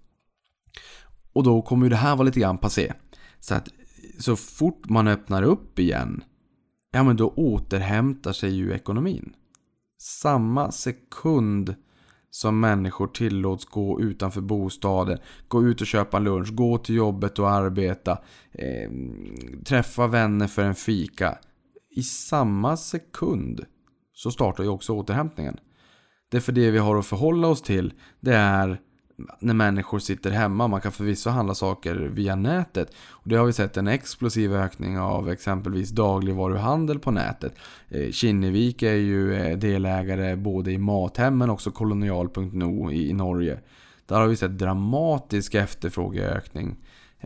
Och då kommer ju det här vara lite grann passé. Så att så fort man öppnar upp igen, ja men då återhämtar sig ju ekonomin. Samma sekund som människor tillåts gå utanför bostaden, gå ut och köpa lunch, gå till jobbet och arbeta, eh, träffa vänner för en fika. I samma sekund så startar ju också återhämtningen. Det är för det vi har att förhålla oss till, det är när människor sitter hemma. Man kan förvisso handla saker via nätet. Och det har vi sett en explosiv ökning av exempelvis dagligvaruhandel på nätet. Kinnevik är ju delägare både i Mathem men också kolonial punkt no i Norge. Där har vi sett dramatisk efterfrågeökning.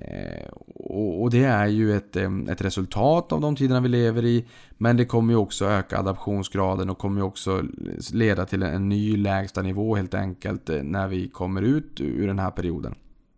Och det är ju ett, ett resultat av de tiderna vi lever i. Men det kommer ju också öka adaptionsgraden och kommer ju också leda till en ny lägsta nivå helt enkelt när vi kommer ut ur den här perioden.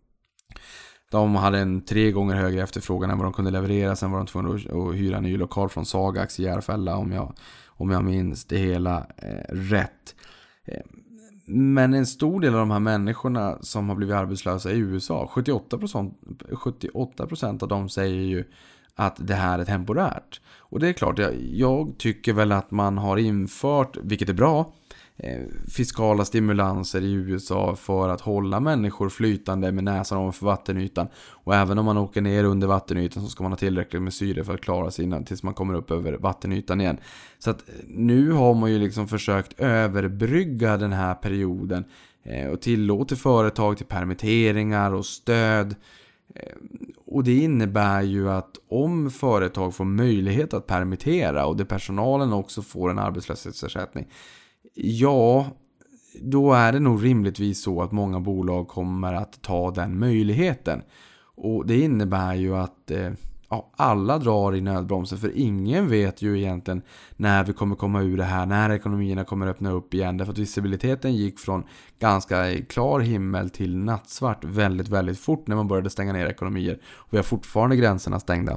De hade en tre gånger högre efterfrågan än vad de kunde leverera. Sen var de tvungna att hyra en ny lokal från Sagax i Järfälla om jag, om jag minns det hela eh, rätt. Eh, Men en stor del av de här människorna som har blivit arbetslösa i U S A, sjuttioåtta procent, sjuttioåtta procent av dem säger ju att det här är temporärt. Och det är klart, jag, jag tycker väl att man har infört, vilket är bra, eh, fiskala stimulanser i U S A för att hålla människor flytande med näsan ovanför vattenytan. Och även om man åker ner under vattenytan så ska man ha tillräckligt med syre för att klara sig innan, tills man kommer upp över vattenytan igen. Så att nu har man ju liksom försökt överbrygga den här perioden eh, och tillåter företag till permitteringar och stöd. Eh, och det innebär ju att om företag får möjlighet att permittera och det personalen också får en arbetslöshetsersättning, ja, då är det nog rimligtvis så att många bolag kommer att ta den möjligheten. Och det innebär ju att eh, ja, alla drar i nödbromsen, för ingen vet ju egentligen när vi kommer komma ur det här, när ekonomierna kommer öppna upp igen. Därför att visibiliteten gick från ganska klar himmel till nattsvart väldigt, väldigt fort när man började stänga ner ekonomier. Och vi har fortfarande gränserna stängda.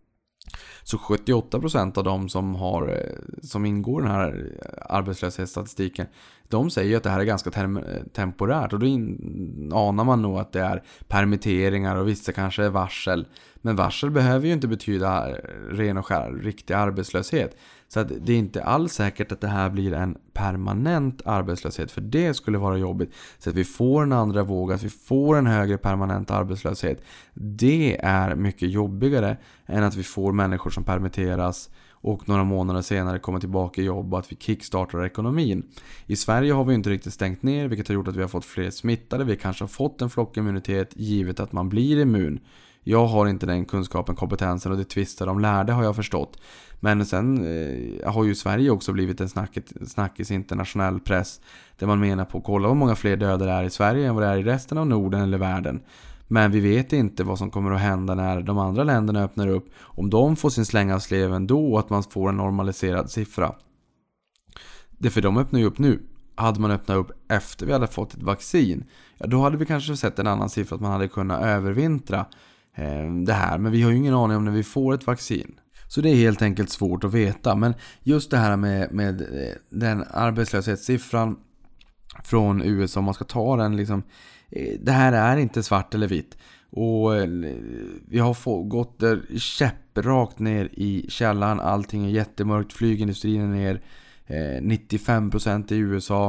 Så sjuttioåtta procent av de som, har, som ingår i den här arbetslöshetsstatistiken, de säger att det här är ganska tem- temporärt. Och då in- anar man nog att det är permitteringar och vissa kanske är varsel. Men varsel behöver ju inte betyda ren och skär, riktig arbetslöshet. Så att det är inte alls säkert att det här blir en permanent arbetslöshet, för det skulle vara jobbigt. Så att vi får en andra våg, att vi får en högre permanent arbetslöshet, det är mycket jobbigare än att vi får människor som permitteras och några månader senare kommer tillbaka i jobb och att vi kickstartar ekonomin. I Sverige har vi inte riktigt stängt ner, vilket har gjort att vi har fått fler smittade. Vi kanske har fått en flockimmunitet givet att man blir immun. Jag har inte den kunskapen, kompetensen, och det tvistar de lärde har jag förstått. Men sen eh, har ju Sverige också blivit en snacket, snackis internationell press där man menar på att kolla hur många fler döda det är i Sverige än vad det är i resten av Norden eller världen. Men vi vet inte vad som kommer att hända när de andra länderna öppnar upp. Om de får sin släng av sleven då, och att man får en normaliserad siffra. Det för de öppnar ju upp nu. Hade man öppnat upp efter vi hade fått ett vaccin, ja, då hade vi kanske sett en annan siffra, att man hade kunnat övervintra eh, det här. Men vi har ju ingen aning om när vi får ett vaccin. Så det är helt enkelt svårt att veta. Men just det här med, med den arbetslöshetssiffran från U S A, om man ska ta den liksom, det här är inte svart eller vitt. Och vi har fått, gått där käpprakt ner i källan. Allting är jättemörkt, flygindustrin är ner eh, nittiofem procent i U S A.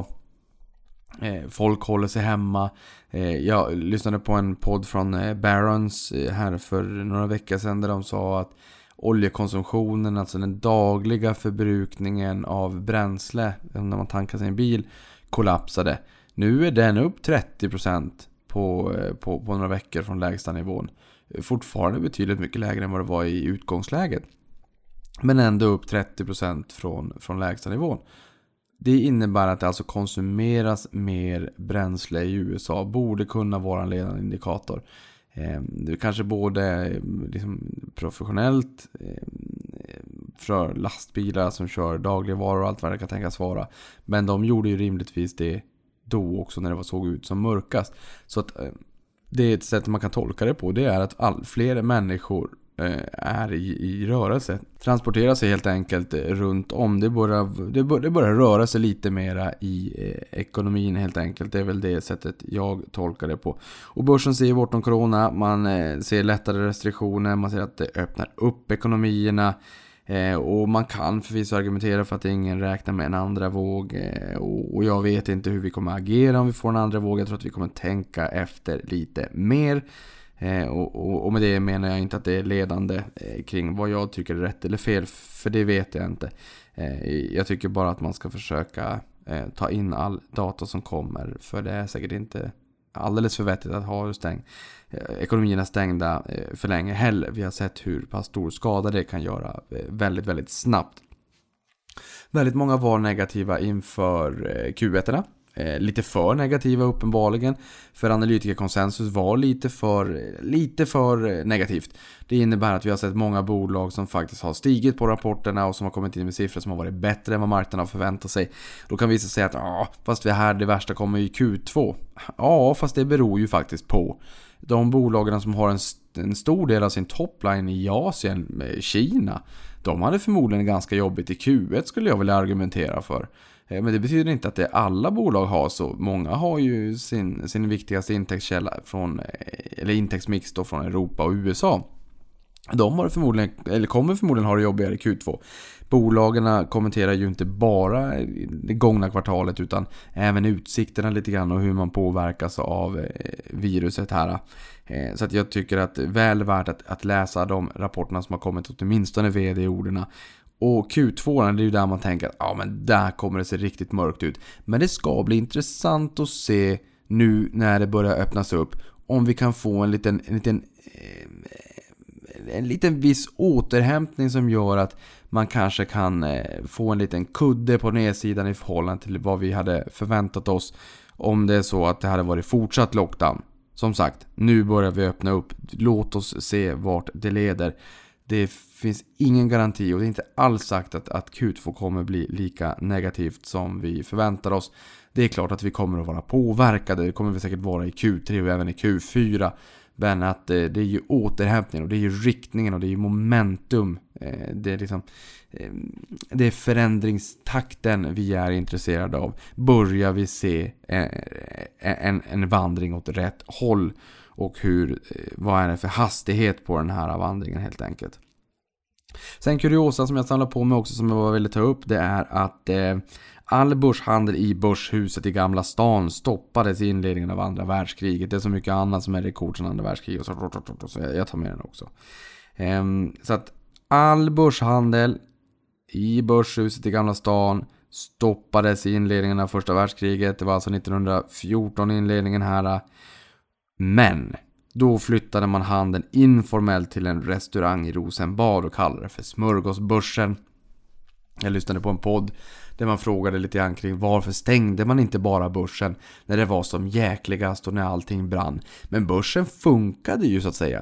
Eh, folk håller sig hemma. Eh, jag lyssnade på en podd från eh, Barron's eh, här för några veckor sedan, där de sa att oljekonsumtionen, alltså den dagliga förbrukningen av bränsle när man tankar sin bil, kollapsade. Nu är den upp trettio procent på, på, på några veckor från lägsta nivån. Fortfarande betydligt mycket lägre än vad det var i utgångsläget. Men ändå upp trettio procent från, från lägsta nivån. Det innebär att det alltså konsumeras mer bränsle i U S A. Borde kunna vara en ledande indikator. Det är kanske både liksom professionellt för lastbilar som kör dagligvaror och allt vad det kan tänkas vara. Men de gjorde ju rimligtvis det då också när det såg ut som mörkast. Så att det är ett sätt man kan tolka det på. Det är att all, fler människor är i, i rörelse. Transporterar sig helt enkelt runt om. Det börjar, det börjar, det börjar röra sig lite mera i eh, ekonomin helt enkelt. Det är väl det sättet jag tolkar det på. Och börsen ser bortom corona. Man eh, ser lättare restriktioner. Man ser att det öppnar upp ekonomierna. Eh, och man kan förvisso argumentera för att ingen räknar med en andra våg. Eh, och, och jag vet inte hur vi kommer agera om vi får en andra våg. Jag tror att vi kommer tänka efter lite mer. Eh, och, och, och med det menar jag inte att det är ledande eh, kring vad jag tycker är rätt eller fel. För det vet jag inte. Eh, jag tycker bara att man ska försöka eh, ta in all data som kommer. För det är säkert inte alldeles för vettigt att ha stäng, eh, ekonomierna stängda eh, för länge heller. Vi har sett hur pass stor skada det kan göra eh, väldigt, väldigt snabbt. Väldigt många var negativa inför eh, Q ett-erna. Eh, lite för negativa uppenbarligen. För analytikerkonsensus var lite för, lite för negativt. Det innebär att vi har sett många bolag som faktiskt har stigit på rapporterna och som har kommit in med siffror som har varit bättre än vad marknaden har förväntat sig. Då kan vi så säga att ja, fast vi här det värsta kommer i Q två. Ja, fast det beror ju faktiskt på de bolagen som har en, en stor del av sin topline i Asien, Kina. De hade förmodligen ganska jobbigt i Q ett skulle jag vilja argumentera för. Men det betyder inte att det alla bolag har så. Många har ju sin, sin viktigaste intäktskälla från, eller intäktsmix då från Europa och U S A. De har förmodligen, eller kommer förmodligen ha det jobbigare i Q två. Bolagen kommenterar ju inte bara det gångna kvartalet utan även utsikterna lite grann och hur man påverkas av viruset här. Så att jag tycker att det är väl värt att, att läsa de rapporterna som har kommit åtminstone vd-orderna. Och Q två, det är ju där man tänker att ja, men där kommer det se riktigt mörkt ut. Men det ska bli intressant att se nu när det börjar öppnas upp om vi kan få en liten, en liten, en liten viss återhämtning som gör att man kanske kan få en liten kudde på nedsidan i förhållande till vad vi hade förväntat oss om det är så att det hade varit fortsatt lockdown. Som sagt, nu börjar vi öppna upp. Låt oss se vart det leder. Det finns ingen garanti och det är inte alls sagt att, att Q två kommer bli lika negativt som vi förväntar oss. Det är klart att vi kommer att vara påverkade. Det kommer vi säkert vara i Q tre och även i Q fyra. Men att det, det är ju återhämtningen och det är ju riktningen och det är ju momentum. Det är liksom det är förändringstakten vi är intresserade av. Börjar vi se en, en, en vandring åt rätt håll? Och hur, vad är det för hastighet på den här vandringen helt enkelt. Sen kuriosa som jag samlar på mig också som jag ville ta upp, det är att eh, all börshandel i börshuset i Gamla stan stoppades i inledningen av andra världskriget. Det är så mycket annat som är rekord från andra världskriget. Så, så jag tar med den också. Eh, så att all börshandel i börshuset i Gamla stan stoppades i inledningen av första världskriget. Det var alltså nittonhundrafjorton inledningen här. Men då flyttade man handeln informellt till en restaurang i Rosenbad och kallade det för Smörgåsbörsen. Jag lyssnade på en podd där man frågade lite grann kring varför stängde man inte bara börsen när det var som jäkligast och när allting brann. Men börsen funkade ju så att säga.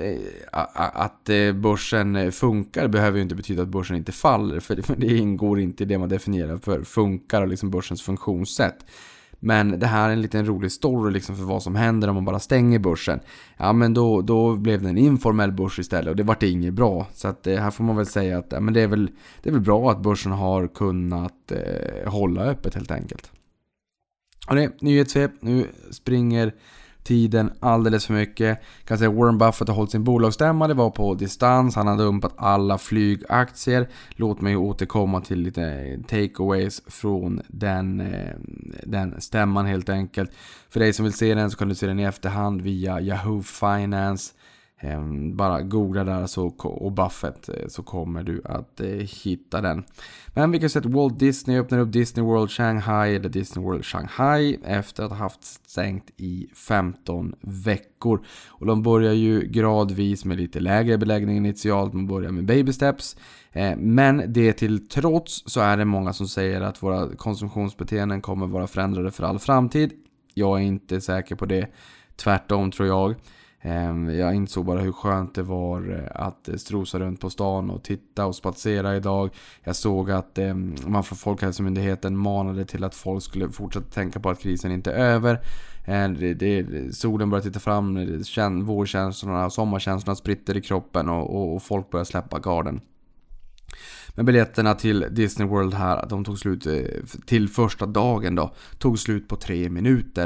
Att börsen funkar behöver ju inte betyda att börsen inte faller, för det ingår inte i det man definierar för funkar och liksom börsens funktionssätt. Men det här är en liten rolig story liksom för vad som händer om man bara stänger börsen. Ja, men då, då blev det en informell börs istället och det var inget bra. Så att här får man väl säga att ja, men det, är väl, det är väl bra att börsen har kunnat eh, hålla öppet helt enkelt. Och det, nyhetssvep, nu springer tiden alldeles för mycket. Jag kan säga Warren Buffett har hållit sin bolagsstämma. Det var på distans. Han har dumpat alla flygaktier. Låt mig återkomma till lite takeaways från den, den stämman helt enkelt. För dig som vill se den så kan du se den i efterhand via Yahoo Finance. Bara googla där så, och Buffett så kommer du att eh, hitta den. Men vi kan se att Walt Disney öppnar upp Disney World Shanghai eller Disney World Shanghai efter att ha haft stängt i femton veckor. Och de börjar ju gradvis med lite lägre beläggning initialt. Man börjar med baby steps. Eh, men det till trots så är det många som säger att våra konsumtionsbeteenden kommer vara förändrade för all framtid. Jag är inte säker på det. Tvärtom tror jag. Jag insåg bara hur skönt det var att strosa runt på stan och titta och spatsera idag. Jag såg att man från Folkhälsomyndigheten manade till att folk skulle fortsätta tänka på att krisen inte är över. Det, det, solen börjar titta fram, vårkänslorna och sommarkänslorna spritter i kroppen och, och, och folk börjar släppa garden. Men biljetterna till Disney World här, de tog slut till första dagen då, tog slut på tre minuter.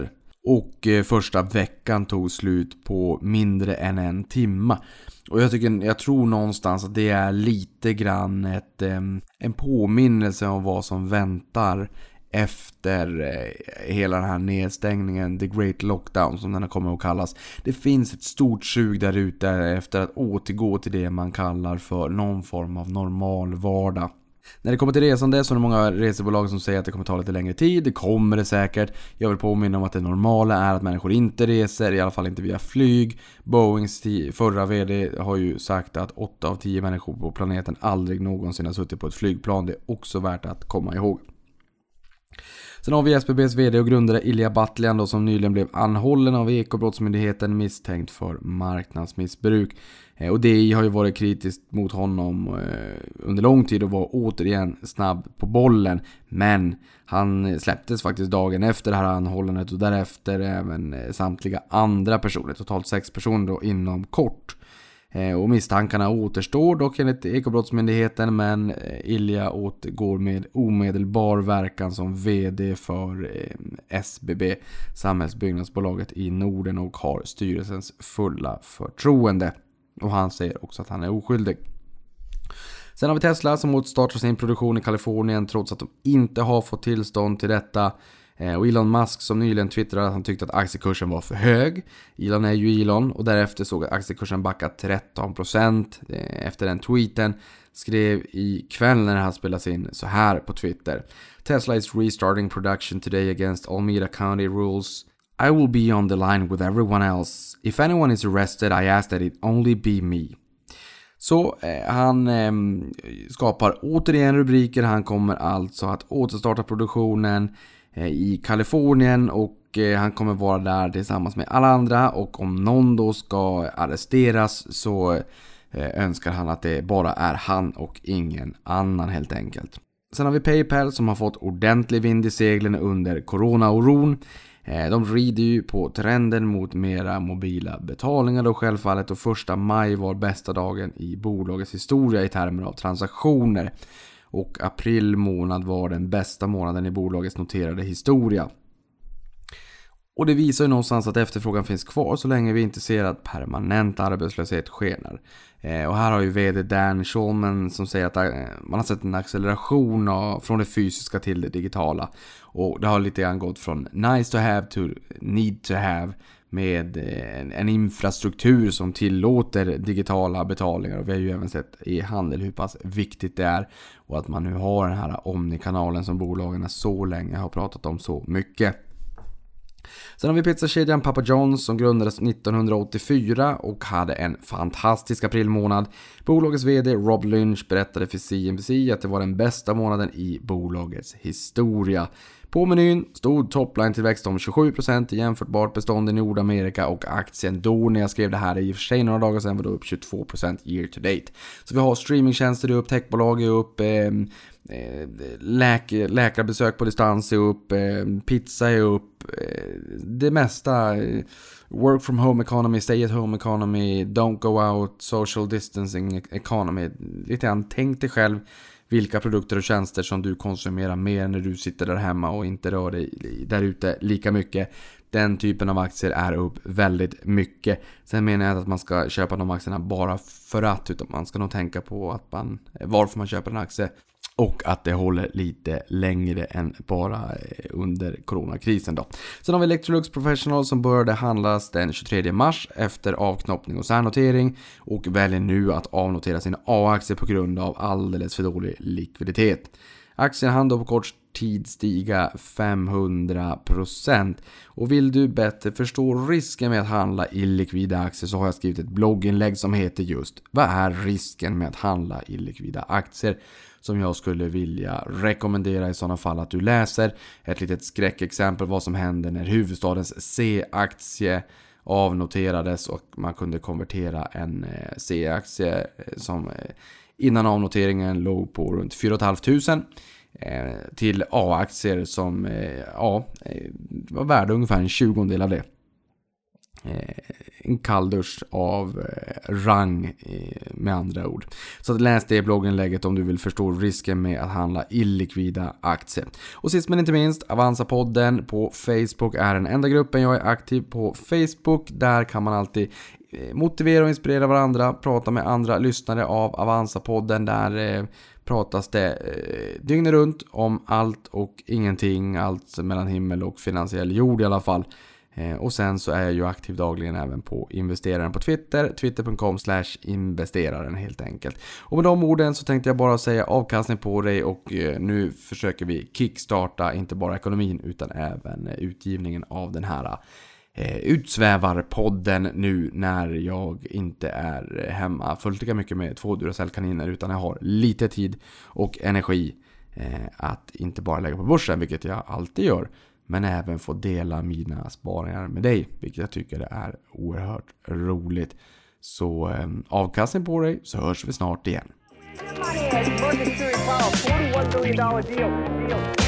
Och eh, första veckan tog slut på mindre än en timma. Och jag, tycker, jag tror någonstans att det är lite grann ett, eh, en påminnelse om vad som väntar efter eh, hela den här nedstängningen, The Great Lockdown som den kommer att kallas. Det finns ett stort sug där ute efter att återgå till det man kallar för någon form av normal vardag. När det kommer till resande så är det många resebolag som säger att det kommer ta lite längre tid. Det kommer det säkert. Jag vill påminna om att det normala är att människor inte reser, i alla fall inte via flyg. Boeings förra vd har ju sagt att åtta av tio människor på planeten aldrig någonsin har suttit på ett flygplan. Det är också värt att komma ihåg. Sen har vi S B B:s vd och grundare Ilija Batljan då, som nyligen blev anhållen av Ekobrottsmyndigheten misstänkt för marknadsmissbruk. Eh, och D I har ju varit kritiskt mot honom eh, under lång tid och var återigen snabb på bollen. Men han släpptes faktiskt dagen efter det här anhållandet och därefter även eh, samtliga andra personer, totalt sex personer då, inom kort. Och misstankarna återstår dock enligt Ekobrottsmyndigheten, men Ilija återgår med omedelbar verkan som vd för S B B, samhällsbyggnadsbolaget i Norden, och har styrelsens fulla förtroende. Och han säger också att han är oskyldig. Sen har vi Tesla som återstartar sin produktion i Kalifornien trots att de inte har fått tillstånd till detta. Och Elon Musk som nyligen twittrade att han tyckte att aktiekursen var för hög. Elon är ju Elon, och därefter såg att aktiekursen backa tretton procent efter den tweeten. Skrev i kväll när han spelas in så här på Twitter: Tesla is restarting production today against Alameda County rules. I will be on the line with everyone else. If anyone is arrested, I ask that it only be me. Så eh, han eh, skapar återigen rubriker. Han kommer alltså att återstarta produktionen i Kalifornien, och eh, han kommer vara där tillsammans med alla andra, och om någon då ska arresteras så eh, önskar han att det bara är han och ingen annan helt enkelt. Sen har vi PayPal som har fått ordentlig vind i seglen under corona-oron. Eh, de rider ju på trenden mot mera mobila betalningar då självfallet, och första maj var bästa dagen i bolagets historia i termer av transaktioner. Och april månad var den bästa månaden i bolagets noterade historia. Och det visar ju någonstans att efterfrågan finns kvar så länge vi inte ser att permanent arbetslöshet skenar. Eh, och här har ju vd Dan Schulman som säger att eh, man har sett en acceleration av, från det fysiska till det digitala. Och det har lite grann gått från nice to have to need to have, med en, en infrastruktur som tillåter digitala betalningar. Och vi har ju även sett i handel hur pass viktigt det är, och att man nu har den här omnikanalen som bolagen så länge har pratat om så mycket. Sen har vi pizzakedjan Papa John's som grundades nittonhundraåttiofyra och hade en fantastisk aprilmånad. Bolagets vd Rob Lynch berättade för C N B C att det var den bästa månaden i bolagets historia. På menyn stod topline-tillväxt om tjugosju procent i jämförbart bestånd i Nordamerika, och aktien då när jag skrev det här i och för sig några dagar sedan var då upp tjugotvå procent year to date. Så vi har streamingtjänster upp, techbolag är upp, eh, läk, läkarbesök på distans är upp, eh, pizza är upp, eh, det mesta, eh, work from home economy, stay at home economy, don't go out, social distancing economy. Lite grann, tänk dig själv vilka produkter och tjänster som du konsumerar mer när du sitter där hemma och inte rör dig där ute lika mycket. Den typen av aktier är upp väldigt mycket. Sen menar jag att man ska köpa de aktierna bara för att, utan man ska nog tänka på att man, varför man köper en aktie, och att det håller lite längre än bara under coronakrisen då. Sen har vi Electrolux Professional som började handlas den tjugotredje mars efter avknoppning och särnotering, och väljer nu att avnotera sina A-aktier på grund av alldeles för dålig likviditet. Aktien hann då på kort tid stiga femhundra procent. Och vill du bättre förstå risken med att handla illikvida aktier så har jag skrivit ett blogginlägg som heter just Vad är risken med att handla illikvida aktier? Som jag skulle vilja rekommendera i sådana fall att du läser. Ett litet skräckexempel vad som hände när huvudstadens C-aktie avnoterades och man kunde konvertera en C-aktie som innan avnoteringen låg på runt fyra tusen femhundra till A-aktier som ja, var värda ungefär en tjugondel av det. en kalldusch av rang med andra ord. Så att läs det blogginlägget om du vill förstå risken med att handla illikvida aktier. Och sist men inte minst, Avanza-podden på Facebook är den enda gruppen jag är aktiv på Facebook. Där kan man alltid motivera och inspirera varandra, prata med andra lyssnare av Avanza-podden. Där eh, pratas det eh, dygnet runt om allt och ingenting, allt mellan himmel och finansiell jord i alla fall. Och sen så är jag ju aktiv dagligen även på investeraren på Twitter, twitter punkt com slash investeraren helt enkelt. Och med de orden så tänkte jag bara säga avkastning på dig, och nu försöker vi kickstarta inte bara ekonomin utan även utgivningen av den här eh, utsvävarpodden nu när jag inte är hemma fullt lika mycket med två Duracell-kaniner, utan jag har lite tid och energi eh, att inte bara lägga på börsen, vilket jag alltid gör, men även få dela mina sparingar med dig, vilket jag tycker är oerhört roligt. Så eh, avkastning på dig, så hörs vi snart igen. Market Stewart Powell, forty-one billion dollars deal. deal.